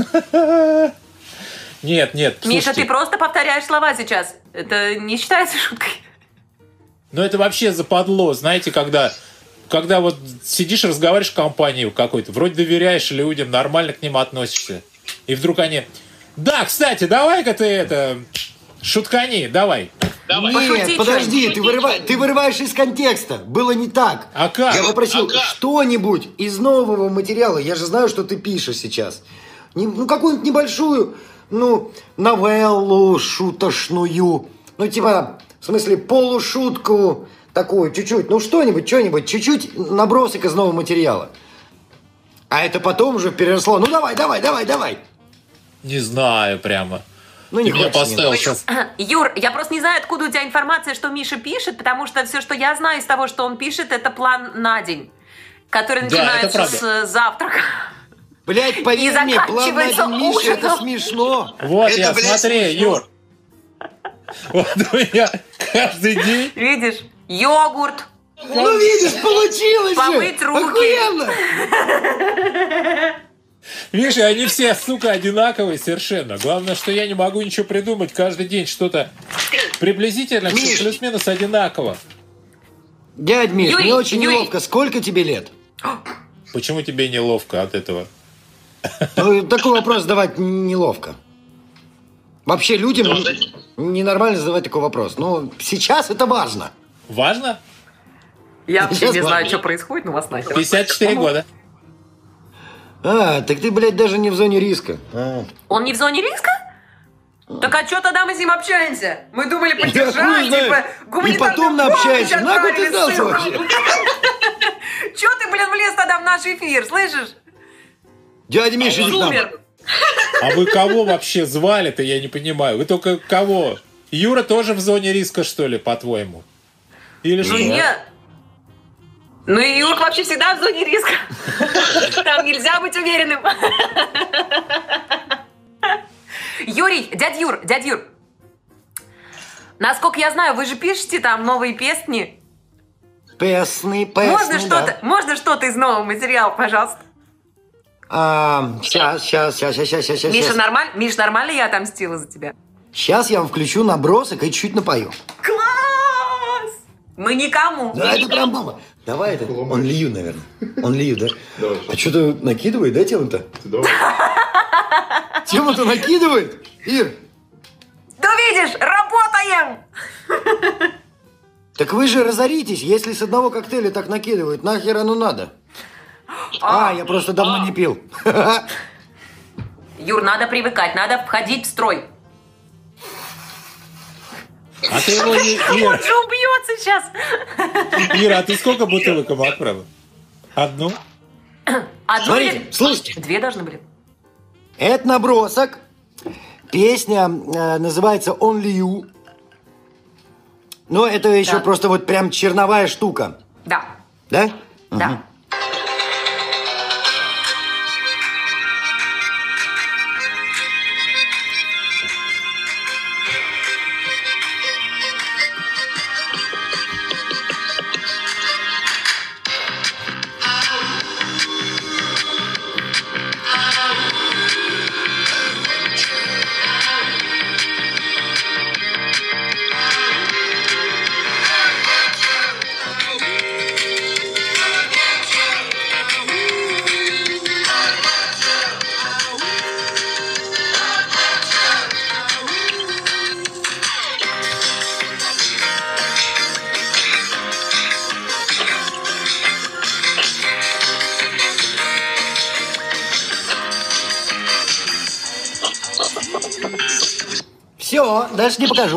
Нет, нет. Миша, слушайте. ты просто повторяешь слова сейчас. Это не считается шуткой. Ну, это вообще западло. Знаете, когда... Когда вот сидишь, разговариваешь в компании какой-то, вроде доверяешь людям, нормально к ним относишься. И вдруг они... Да, кстати, давай-ка ты это... Шуткани, давай. Давай. Нет, пошути, подожди, ты, вырыва... ты вырываешь из контекста. Было не так. А как? Я попросил а как? что-нибудь из нового материала. Я же знаю, что ты пишешь сейчас. Не... Ну, какую-нибудь небольшую, ну, новеллу шуточную. Ну, типа, в смысле, полушутку... Такую, чуть-чуть, ну что-нибудь, что-нибудь, чуть-чуть набросок из нового материала. А это потом уже переросло. Ну давай, давай, давай, давай. Не знаю прямо. Ну не хочешь, поставил сейчас. Юр, я просто не знаю, откуда у тебя информация, что Миша пишет, потому что все, что я знаю из того, что он пишет, это план на день, который да, начинается с завтрака. Блять, поверь мне, план на день Миши, это смешно. Вот это, я, блядь, смотри, смешно. Юр. Вот у меня каждый день... Видишь? Йогурт. Ну, видишь, получилось Помыть же! руки. Охуенно! Видишь, они все, сука, одинаковые совершенно. Главное, что я не могу ничего придумать. Каждый день что-то приблизительно, Миш. плюс-минус одинаково. Дядь Миш, Юрий, мне очень Юрий. неловко. Сколько тебе лет? Почему тебе неловко от этого? Ну, такой вопрос задавать неловко. Вообще людям ненормально задавать такой вопрос. Но сейчас это важно. Важно? Я вообще Сейчас не знаю, важно. что происходит, но вас нахер. пятьдесят четыре года. А, так ты, блядь, даже не в зоне риска. А. Он не в зоне риска? Так а что тогда мы с ним общаемся? Мы думали Я поддержать, хуй знаю. типа, И гуманитарную потом помощь наобщаемся. Нахуй ты отправили, сдался ссылку. вообще? Че ты, блин, влез тогда в наш эфир, слышишь? Дядя Миша, иди к нам. Супер. А вы кого вообще звали-то, я не понимаю. Вы только кого? Юра тоже в зоне риска, что ли, по-твоему? Или Ну что? нет. Ну и Юрк вообще всегда в зоне риска. Там нельзя быть уверенным. Юрий, дядь Юр, дядь Юр. Насколько я знаю, вы же пишете там новые песни. Песни, песни, Можно да. что-то, можно что-то из нового материала, пожалуйста? А, сейчас, сейчас, сейчас, сейчас, сейчас, Миша, сейчас. нормально? Миш, нормально я отомстила за тебя? Сейчас я вам включу набросок и чуть напою. Класс! Мы никому. Да, это прям бомба. Давай это. Он лью, наверное. Он лью, да? А что-то накидывает, да, тему-то? Тему-то накидывает? Ир, Ты видишь, работаем! так вы же разоритесь, если с одного коктейля так накидывают. Нахер оно надо? А, я просто давно не пил. Юр, надо привыкать, надо входить в строй. А ты его не... Он Ира, же убьется сейчас. Ира, а ты сколько бутылок ему отправил? Одну? Одну Смотрите, или- слушайте. Две должны были. Это набросок. Песня э, называется Only You. Но это еще Да. просто вот прям черновая штука. Да, Да? да. Все, дальше не покажу.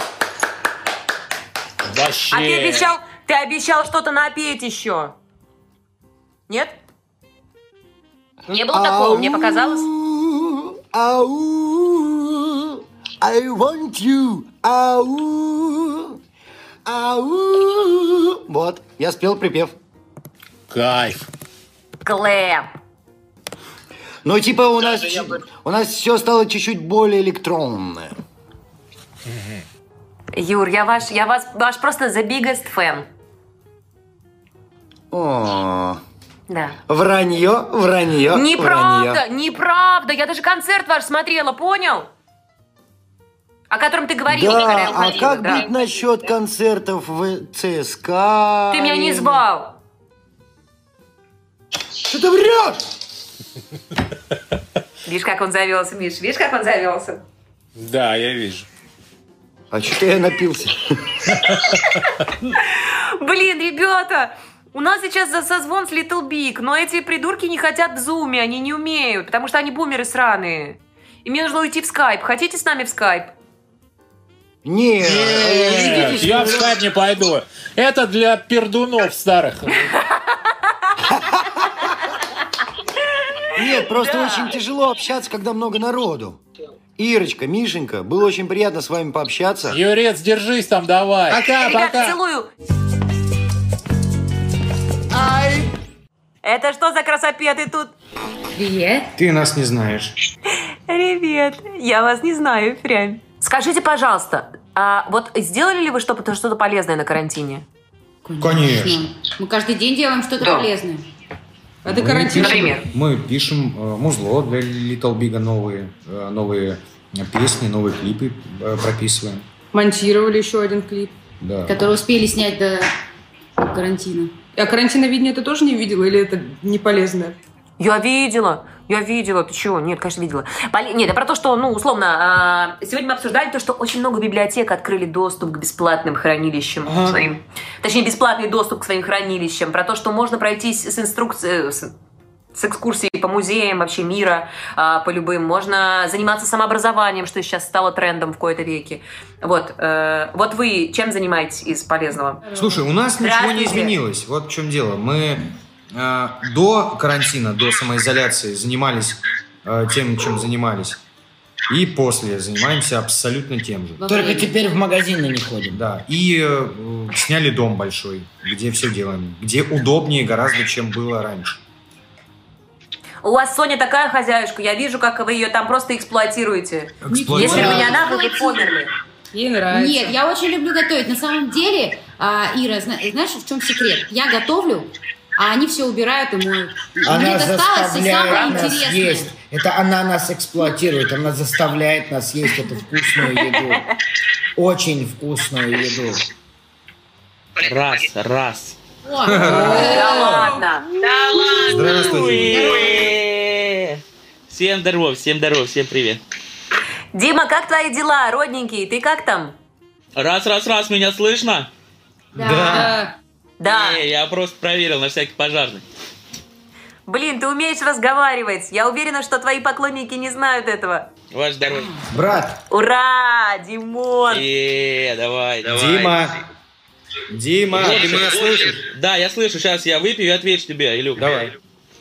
Вообще. А ты обещал, ты обещал что-то напеть еще. Нет? Не было такого, мне показалось. Ау, I want you. Ау, ау. Вот, я спел припев. Кайф. Клэп. Ну, типа, у нас, у нас все стало чуть-чуть более электронное. Юр, я ваш, я вас, ваш просто the biggest fan. О, Да. вранье, вранье, Неправда, вранье. неправда. Я даже концерт ваш смотрела, понял? О котором ты говорил, когда Да, я а уходила, как да. быть насчет концертов в ЦСКА? Ты меня не звал. Что ты врешь? Видишь, как он завелся, Миш, видишь, как он завелся? Да, я вижу. А что я напился? Блин, ребята, у нас сейчас за- созвон с Little Big, но эти придурки не хотят в зуме, они не умеют, потому что они бумеры сраные. И мне нужно уйти в скайп. Хотите с нами в скайп? Нет, Нет, идите я в сюда. скайп не пойду. Это для пердунов старых. Нет, просто Да. очень тяжело общаться, когда много народу. Ирочка, Мишенька, было очень приятно с вами пообщаться. Юрец, держись там, давай. Пока, Ребят, пока. целую. Это что за красопеты тут? Привет. Ты нас не знаешь. Ребят, я вас не знаю, прям. Скажите, пожалуйста, а вот сделали ли вы что-то что-то полезное на карантине? Конечно. Мы каждый день делаем что-то Да. полезное. А ты Мы карантин. пишем- Например? Мы пишем э, музло для Little Big, новые, э, новые песни, новые клипы э, прописываем. Монтировали еще один клип. Да. Который успели снять до карантина. А карантиновидение ты тоже не видела или это не полезно? Я видела, я видела. Ты чего? Нет, конечно, видела. Поли... Нет, я про то, что, ну, условно, э, сегодня мы обсуждали то, что очень много библиотек открыли доступ к бесплатным хранилищам ага. своим. Точнее, бесплатный доступ к своим хранилищам. Про то, что можно пройтись с инструкцией... С... с экскурсией по музеям вообще мира, э, по любым. Можно заниматься самообразованием, что сейчас стало трендом в кои-то веке. Вот. Э, вот вы чем занимаетесь из полезного? Слушай, у нас ничего не изменилось. Вот в чем дело. Мы э, до карантина, до самоизоляции занимались э, тем, чем занимались. И после занимаемся абсолютно тем же. Только теперь в магазины не ходим. Да. И э, сняли дом большой, где все делаем. Где удобнее гораздо, чем было раньше. У вас Соня такая хозяюшка, я вижу, как вы ее там просто эксплуатируете. Эксплуатируете. Если бы не она, вы бы померли. Ей нравится. Нет, я очень люблю готовить. На самом деле, Ира, знаешь, в чем секрет? Я готовлю, а они все убирают и моют. Она Мне досталось все самое нас интересное. Есть. Это она нас эксплуатирует, она заставляет нас есть эту вкусную еду. Очень вкусную еду. Раз, раз. Да ладно. Да ладно. Здравствуйте. Всем здоров, всем здоров, всем привет. Дима, как твои дела, родненький? Ты как там? Раз, раз, раз, меня слышно? Да. Да. Не, я просто проверил на всякий пожарный. Блин, ты умеешь разговаривать. Я уверена, что твои поклонники не знают этого. Ваше здоровье. Брат. Ура, Димон. Е, давай, давай. Дима. Дима, Вот, ты меня слышишь? Да, я слышу. Сейчас я выпью и отвечу тебе, Илюх. Давай.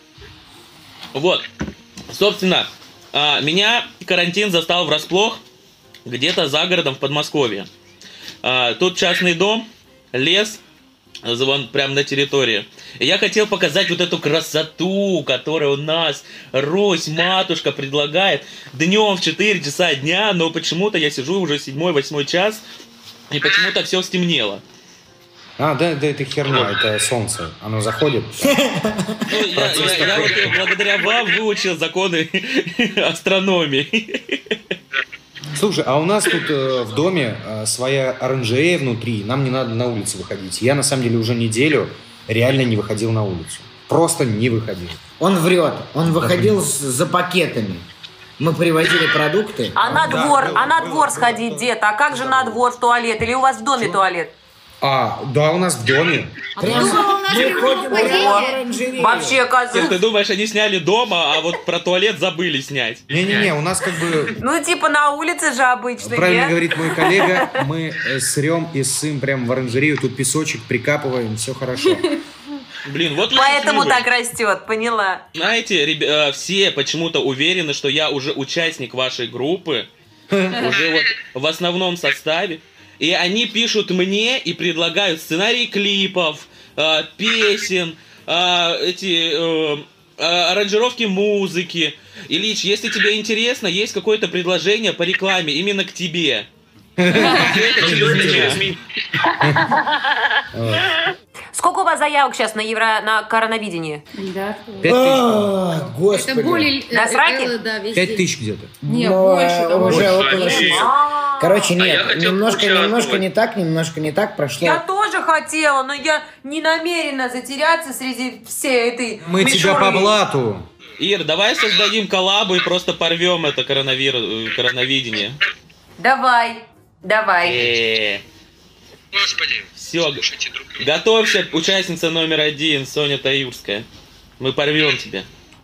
Вот. Собственно, меня карантин застал врасплох где-то за городом в Подмосковье. Тут частный дом, лес, вон прямо на территории. И я хотел показать вот эту красоту, которую у нас Русь-матушка предлагает днем в четыре часа дня, но почему-то я сижу уже седьмой-восьмой час, и почему-то все стемнело. А, да, да, это херня, это солнце. Оно заходит. Ну, я, я, я вот благодаря вам выучил законы астрономии. Слушай, а у нас тут э, в доме э, своя оранжерея внутри, нам не надо на улицу выходить. Я, на самом деле, уже неделю реально не выходил на улицу. Просто не выходил. Он врет. Он выходил с, за пакетами. Мы привозили продукты. А на Да, двор, было, а на было, двор было, сходить было. где-то? А как же на двор в туалет? Или у вас в доме туалет? А, да, у нас в доме. А ты думала, у нас Мы прямое ходим падение? Вообще, Ты, оказывается. ты думаешь, они сняли дома, а вот про туалет забыли снять? Не-не-не, у нас как бы... Ну, типа на улице же обычно, Правильно нет? говорит мой коллега, мы э, срем и ссым прям в оранжерею, тут песочек прикапываем, все хорошо. Блин, вот Поэтому почему. так растет, поняла. Знаете, ребя- э, все почему-то уверены, что я уже участник вашей группы, уже вот в основном составе. И они пишут мне и предлагают сценарии клипов, э, песен, э, эти э, э, аранжировки музыки. Ильич, если тебе интересно, есть какое-то предложение по рекламе именно к тебе. Всё это через меня. Сколько у вас заявок сейчас на евро на коронавидении? Да. Пять А, Это Господи. более... На сраке? Элла, да, весь Пять день. тысяч где-то. Не, Ну, больше э, того. уже около шести. Короче, А я нет, хотел немножко, поучаствовать. немножко не так, немножко не так прошло. Я тоже хотела, но я не намерена затеряться среди всей этой Мы тебя мишуры. по блату. Ир, давай создадим коллабу и просто порвем это коронавирус, коронавидение. Давай, давай. Э, Господи. Все, готовься, участница номер один, Соня Таюрская. Мы порвем тебя.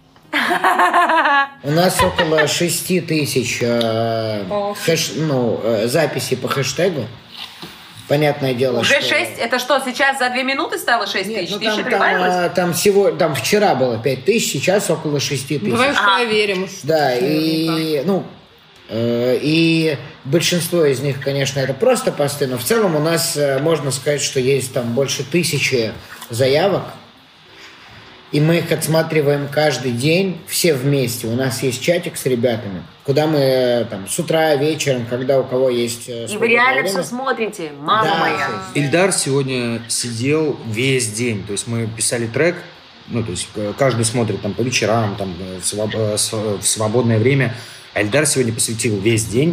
У нас около шести тысяч э, хэш, ну, э, записей по хэштегу. Понятное дело, Уже что... шесть? Это что, сейчас за две минуты стало шесть Нет, тысяч? ну Ты еще там, там, прибавилась? э, там, всего, там вчера было пять тысяч, сейчас около шести тысяч. Давай уж проверим. уж. Да, и, ну, э, и большинство из них, конечно, это просто посты, но в целом у нас, э, можно сказать, что есть там больше тысячи заявок, и мы их отсматриваем каждый день, все вместе. У нас есть чатик с ребятами, куда мы э, там с утра, вечером, когда у кого есть э, И вы свободное реально время. все смотрите, мама Да, моя. Ильдар сегодня сидел весь день. То есть мы писали трек, ну, то есть э, каждый смотрит там по вечерам, там, э, в своб- э, с- в свободное время. А Ильдар сегодня посвятил весь день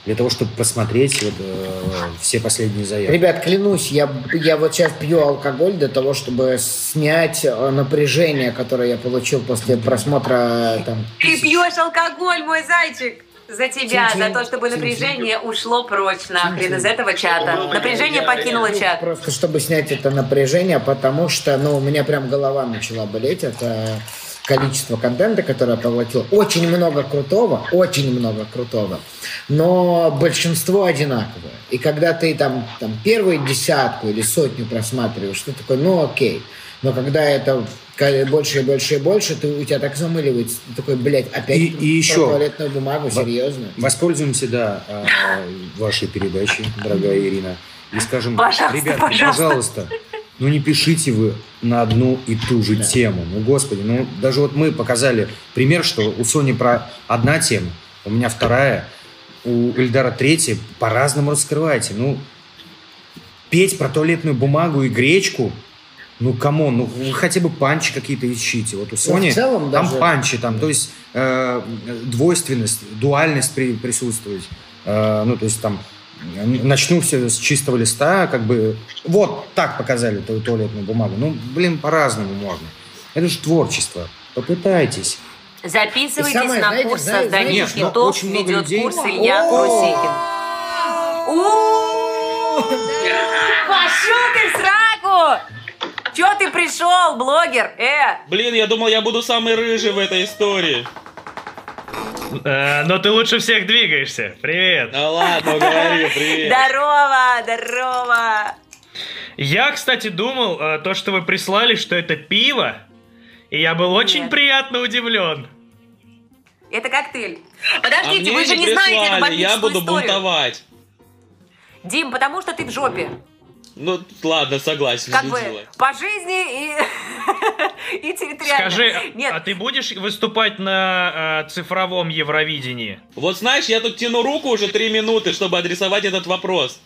для того, чтобы посмотреть вот, э, все последние заявки. Ребят, клянусь, я, я вот сейчас пью алкоголь для того, чтобы снять напряжение, которое я получил после просмотра там. Ты пьешь алкоголь, мой зайчик! За тебя, Чин-чин. за то, чтобы напряжение ушло прочь нахрен Чин-чин. из этого чата. Напряжение покинуло чат. Просто чтобы снять это напряжение, потому что, ну, у меня прям голова начала болеть. Это количество контента, которое я поглотил. Очень много крутого, очень много крутого. Но большинство одинаковое. И когда ты там, там первую десятку или сотню просматриваешь, ты такой, ну окей. Но когда это больше и больше и больше, ты, у тебя так замыливается. Ты такой, блядь, опять и, и еще туалетную бумагу, серьезно? Воспользуемся, да, вашей передачей, дорогая Ирина, и скажем, пожалуйста, ребята, пожалуйста. пожалуйста, ну не пишите вы на одну и ту же да. тему. Ну, господи, ну даже вот мы показали пример, что у Сони про одна тема, у меня вторая, у Ильдара третья, по-разному раскрывайте. Ну, петь про туалетную бумагу и гречку, ну, камон, ну, вы хотя бы панчи какие-то ищите. Вот у Сони ну, целом там даже... панчи, там, то есть э, двойственность, дуальность при, присутствует. Э, ну, то есть там начну все с чистого листа, как бы, вот так показали ту туалетную бумагу. Ну, блин, по-разному можно. Это же творчество. Попытайтесь. Записывайтесь самое, на знаете, курс знаете, создания знаете, хитов, ведет курс Илья Крусикин. Пошел ты в сраку! Чё ты пришел, блогер? Э! Блин, я думал, я буду самый рыжий в этой истории. Э, но ты лучше всех двигаешься. Привет. Ну ладно, говори, привет. Здорово, здорово. Я, кстати, думал, то, что вы прислали, что это пиво, и я был очень Нет. приятно удивлен. Это коктейль. Подождите, а вы же не прислали, знаете эту бомбическую я буду историю. бунтовать. Дим, потому что ты в жопе. Ну, ладно, согласен. Как бы по жизни и, и территориально. Скажи, Нет. а ты будешь выступать на э, цифровом Евровидении? Вот знаешь, я тут тяну руку уже три минуты, чтобы адресовать этот вопрос.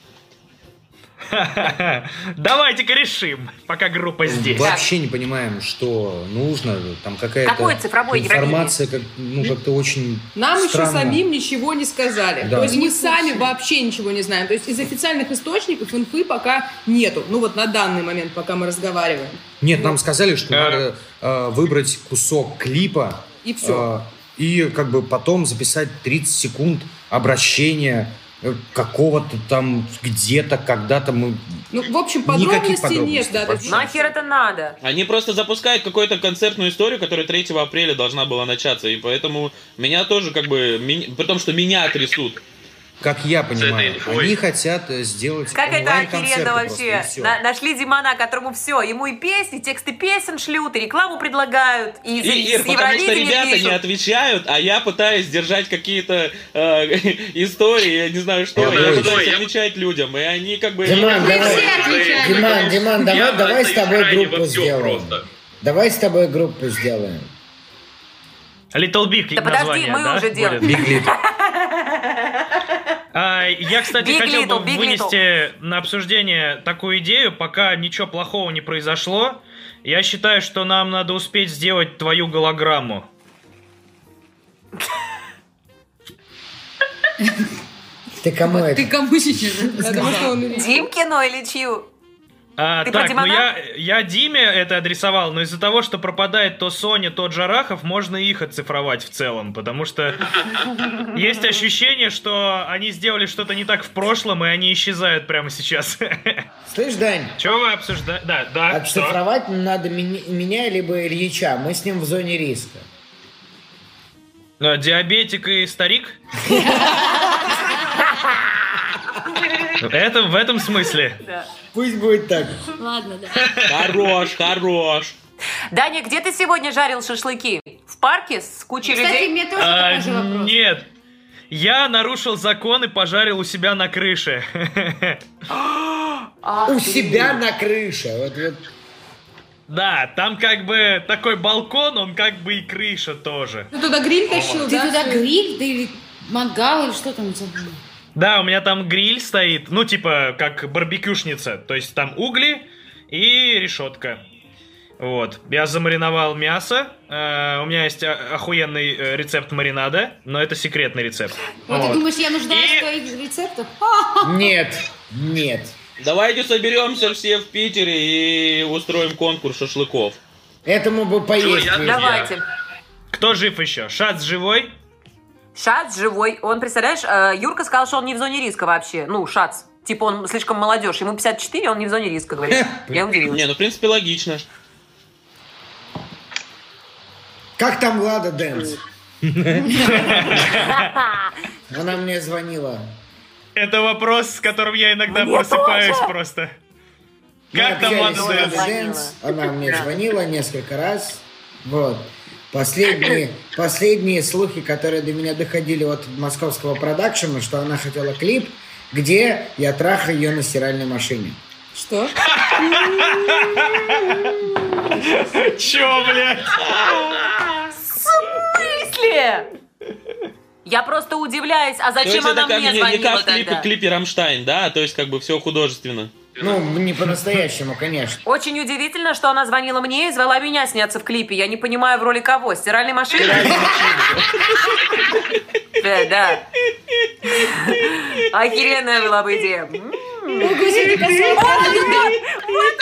Давайте-ка решим, пока группа здесь. Вообще не понимаем, что нужно. Там какая-то Какое цифровое информация, как, ну, как-то очень Нам странно. еще самим ничего не сказали. Да. То есть мы сами вообще ничего не знаем. То есть из официальных источников инфы пока нету. Ну вот на данный момент, пока мы разговариваем. Нет, нам сказали, что надо э, выбрать кусок клипа. И все. Э, и как бы потом записать тридцать секунд обращения какого-то там где-то, когда-то мы... Ну, в общем, подробностей нет. Да, нахер это надо? Они просто запускают какую-то концертную историю, которая третьего апреля должна была начаться. И поэтому меня тоже как бы... Ми... При том, что меня трясут. Как я понимаю, они хотят сделать как это охеренно вообще. На, нашли Димана, которому все, ему и песни, тексты песен шлют, и рекламу предлагают, и, и Ир, потому что ребята пишут. не отвечают, а я пытаюсь держать какие-то э, истории, я не знаю что, я, я пытаюсь я... отвечать людям, и они как бы... Диман, давай, Диман, Диман, давай, давай с тобой группу сделаем. Просто. Давай с тобой группу сделаем. Little Big да название, подожди, мы да? уже делаем. Big Little. А, я, кстати, Big хотел little, бы вынести little. на обсуждение такую идею, пока ничего плохого не произошло. Я считаю, что нам надо успеть сделать твою голограмму. Ты кому это? Ты кому сейчас? Димкину или чью? А, так, ну я, я Диме это адресовал, но из-за того, что пропадает то Соня, то Джарахов, можно их оцифровать в целом, потому что есть ощущение, что они сделали что-то не так в прошлом, и они исчезают прямо сейчас. Слышь, Дань? Чего вы обсуждаете? Да, да. Оцифровать что? Надо ми- меня либо Ильича, мы с ним в зоне риска. А, диабетик и старик? Это в этом смысле. Да. Пусть будет так. Ладно, да. Хорош, хорош. Даня, где ты сегодня жарил шашлыки? В парке с кучей Кстати, людей? Кстати, мне тоже а, такой же вопрос. Нет. Я нарушил закон и пожарил у себя на крыше. У себя на крыше. Вот, вот. Да, там как бы такой балкон, он как бы и крыша тоже. Ты туда гриль тащил, Ты да? туда гриль, ты мангал или что там забыл? Да, у меня там гриль стоит, ну типа как барбекюшница, то есть там угли и решетка. Вот. Я замариновал мясо. Э, у меня есть охуенный рецепт маринада, но это секретный рецепт. Вот, вот. Ты думаешь, я нуждаюсь и... в твоих рецептах? Нет, нет. Давайте соберемся все в Питере и устроим конкурс шашлыков. Этому бы поесть. Давайте. Кто жив еще? Шац живой? Шац живой. Он, представляешь, Юрка сказал, что он не в зоне риска вообще. Ну, Шац. Типа он слишком молодежь. Ему пятьдесят четыре, он не в зоне риска, говорит. Я удивилась. Не, ну в принципе логично. Как там Лада Дэнс? Она мне звонила. Это вопрос, с которым я иногда мне просыпаюсь тоже. Просто. Как там Лада Дэнс? Она мне звонила несколько раз. Вот. Последние, последние слухи, которые до меня доходили от московского продакшена, что она хотела клип, где я трахаю ее на стиральной машине. Что? Чё, блядь? В смысле? Я просто удивляюсь, а зачем она мне звонила не как в тогда? клипе, клипе «Рамштайн», да? То есть как бы все художественно. Ну, не по-настоящему, конечно. Очень удивительно, что она звонила мне и звала меня сняться в клипе. Я не понимаю, в роли кого? Стиральной машины? Да, да. Охеренная была бы идея. Вот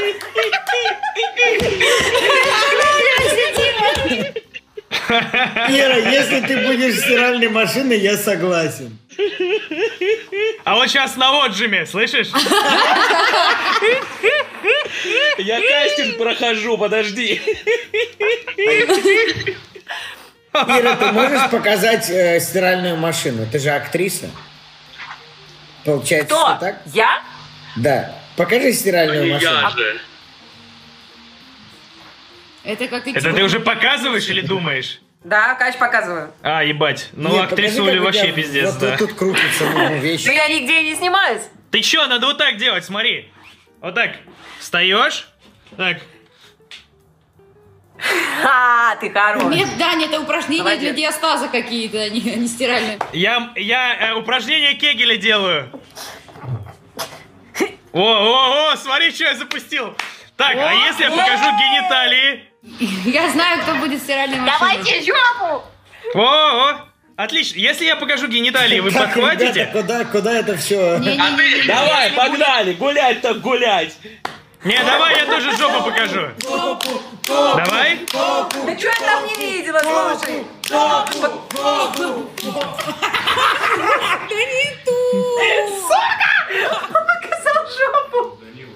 Ира, если ты будешь стиральной машиной, я согласен. А вот сейчас на отжиме, слышишь? Я кастинг прохожу, подожди. Ира, ты можешь показать э, стиральную машину? Ты же актриса. Получается, Кто? что так? Я? Да. Покажи стиральную машину. Я же. Это как ты... Это ты уже показываешь или думаешь? Да, Кать, показываю. А, ебать. Ну, Нет, актрису покажи, как вообще у тебя пиздец, вот да. тут крутится ну, вещь. Но я нигде не снимаюсь. Ты чё, надо вот так делать, смотри. Вот так. Встаешь. Так. А, ты хорош. Нет, Даня, это упражнения Молодец. для диастаза какие-то, а не, а не стиральные. Я, я э, упражнение Кегеля делаю. О, о, о, смотри, что я запустил. Так, а если я покажу гениталии? Я знаю, кто будет стиральной машиной. Давайте жопу! О, о, отлично. Если я покажу гениталии, вы Так, подхватите? ребята, куда, куда это все? Не-не-не. Давай, погнали, гулять так гулять. Не, давай я тоже жопу покажу. Давай. Да что я там не видела, слушай? Да не ту! Сука! Он показал жопу.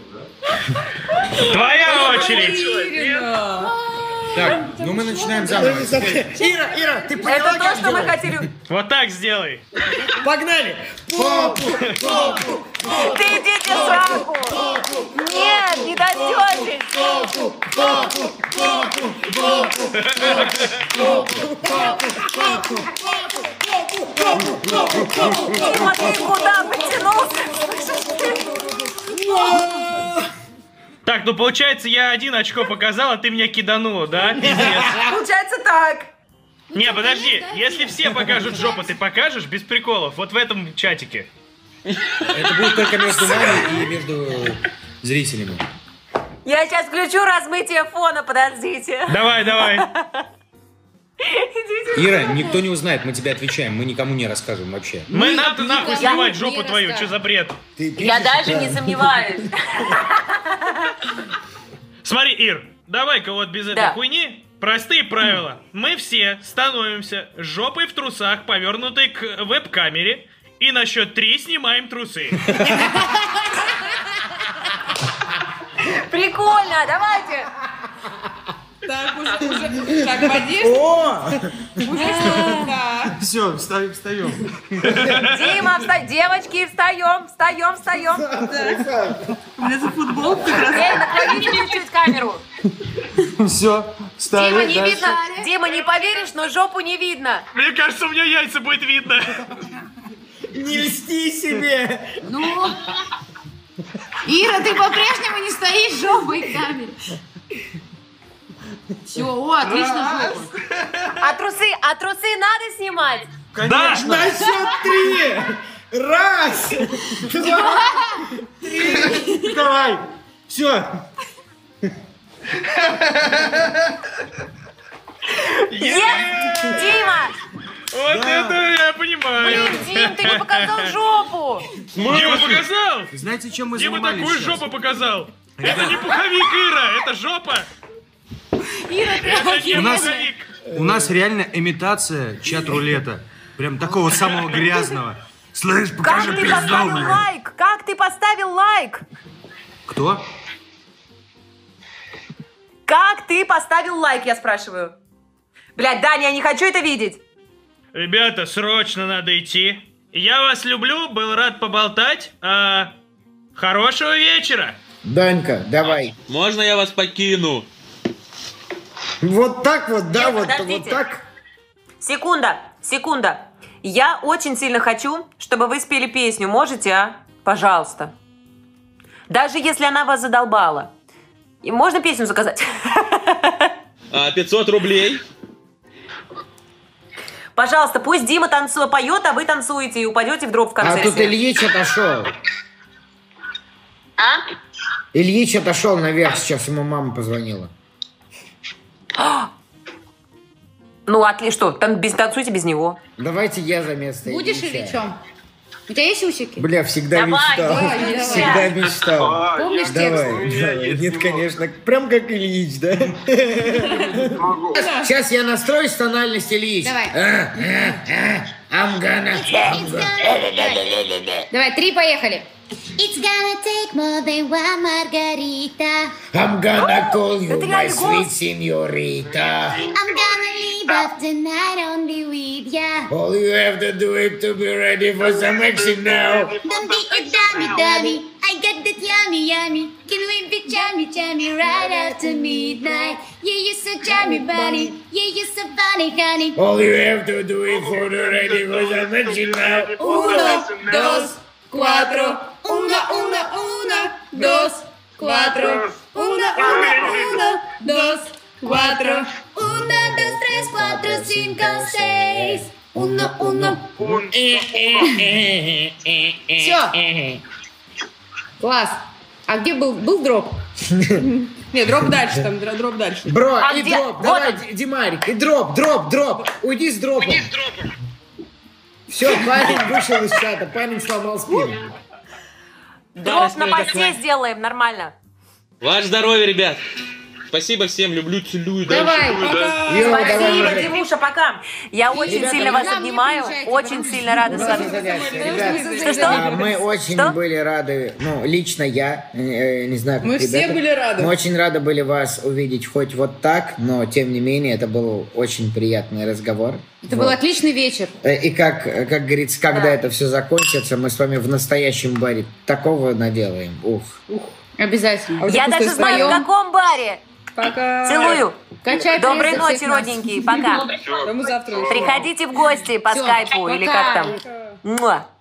Твоя очередь. Ирина! Так, ну мы начинаем заново. Ира, Ира, ты поняла, Это то, как что мы делать? хотели. Вот так сделай. Погнали! Ты идите в сраку! Нет, не дойдете! Дима, ты куда потянулся? Так, ну получается, я один очко показал, а ты меня киданула, да? Пиздец. Получается так. Не, подожди, если все покажут жопу, ты покажешь без приколов? Вот в этом чатике. Это будет только между нами и между зрителями. Я сейчас включу размытие фона, подождите. Давай, давай. Ира, никто не узнает, мы тебе отвечаем, мы никому не расскажем вообще. Мы надо нахуй снимать не жопу твою, расскажем. что за бред? Я даже не сомневаюсь. Смотри, Ир, давай-ка вот без этой Да. хуйни. Простые правила. Мы все становимся жопой в трусах, повернутой к веб-камере, и на счет три снимаем трусы. Прикольно, давайте. Так, уже, уже. Так, в одежде. О! Уже что? Да. Все, встаем, встаем. Дима, встань. Девочки, встаем, встаем, встаем. У меня за футболку как раз. Эй, наклоните чуть-чуть камеру. Все, встали. Дима, не дальше. видно. Дима, не поверишь, но жопу не видно. Мне кажется, у меня яйца будет видно. Не льсти себе! Ну, Ира, ты по-прежнему не стоишь жопой к камере. Все, о, отлично жопа. А трусы, а трусы надо снимать? Да. На счет три! Раз! Два! Три! Давай! Все! Дима! Вот да. это я понимаю. Блин, Дим, ты не показал жопу. Дима показал. Знаете, чем мы Дима занимались такую сейчас? жопу показал. Это не пуховик, Ира, это жопа. Ира, ты у нас, у нас реально имитация чат-рулета. Прям такого самого грязного. Слышь, покажи Как ты пизду, поставил блин. лайк? Как ты поставил лайк? Кто? Как ты поставил лайк, я спрашиваю. Блядь, Даня, я не хочу это видеть. Ребята, срочно надо идти. Я вас люблю, был рад поболтать. А, хорошего вечера. Данька, давай. Можно я вас покину? Вот так вот, да, Нет, вот, подождите. вот так. Секунда, секунда. Я очень сильно хочу, чтобы вы спели песню. Можете, а? Пожалуйста. Даже если она вас задолбала. И можно песню заказать? А, пятьсот рублей. Пожалуйста, пусть Дима танцует, поет, а вы танцуете и упадете в дроп в конце. А тут Ильич отошел. А? Ильич отошел наверх, сейчас ему мама позвонила. Ну, отлично, что, тан- без, танцуйте без него. Давайте я за место Будешь Ильича. Ильичом? У тебя есть усики? Бля, всегда Давай, мечтал. давай, Всегда давай. мечтал. Помнишь Давай, текст? давай. Нет, конечно. Прям как Ильич, да? Сейчас я настроюсь в тональность Ильич. Давай. I'm gonna... I'm gonna... Давай, три, поехали. It's gonna take more than one margarita. I'm gonna call you Это my реально sweet голос. señorita. I'm gonna leave up tonight only with ya. All you have to do is to be ready for some action now. Don't be a dummy, dummy. I got that yummy, yummy. Can we be chummy, chummy right after midnight? Yeah, you're so chummy, bunny. Yeah, you're so funny, honey. All you have to do is for the ready for some action now. Uno, dos, cuatro. Uno, uno, uno, dos, cuatro. Uno, uno, uno, dos, cuatro. Uno, dos, tres, cuatro, cinco, seis. Uno, uno. Все. Класс. А где был, был дроп? Не, дроп дальше, там дро- дроп дальше. Бро, А и где? дроп, Вот давай, он. Ди- Димарик, и дроп, дроп, дроп. Уйди с дропом. Все, парень вышел из чата, парень сломал спину. Дроп на рассказать, посте как- сделаем, нормально. Ваше здоровье, ребят. Спасибо всем, люблю, целую. Давай, дальше буду, да. Йо, давай, Спасибо, мужик. Димуша, пока. Я очень Ребята, сильно вас нам не обнимаю, приезжайте, очень нам сильно рада с Наше вами. занятие, ребят. Что-что? А, Мы очень Что? были рады, ну, лично я, э, не знаю, как Мы все ребята. были рады. Мы очень рады были вас увидеть хоть вот так, но, тем не менее, это был очень приятный разговор. Это Вот. был отличный вечер. Э, И как, как говорится, когда Да. это все закончится, мы с вами в настоящем баре такого наделаем. Ух. Обязательно. А у Я тебя даже просто знаю, в вдвоем? каком баре. Пока. Целую. Качай Доброй пресс за ночи, всех нас. родненькие. Пока. Да мы завтра еще. Приходите в гости по Всё, скайпу или пока. как там. Муа.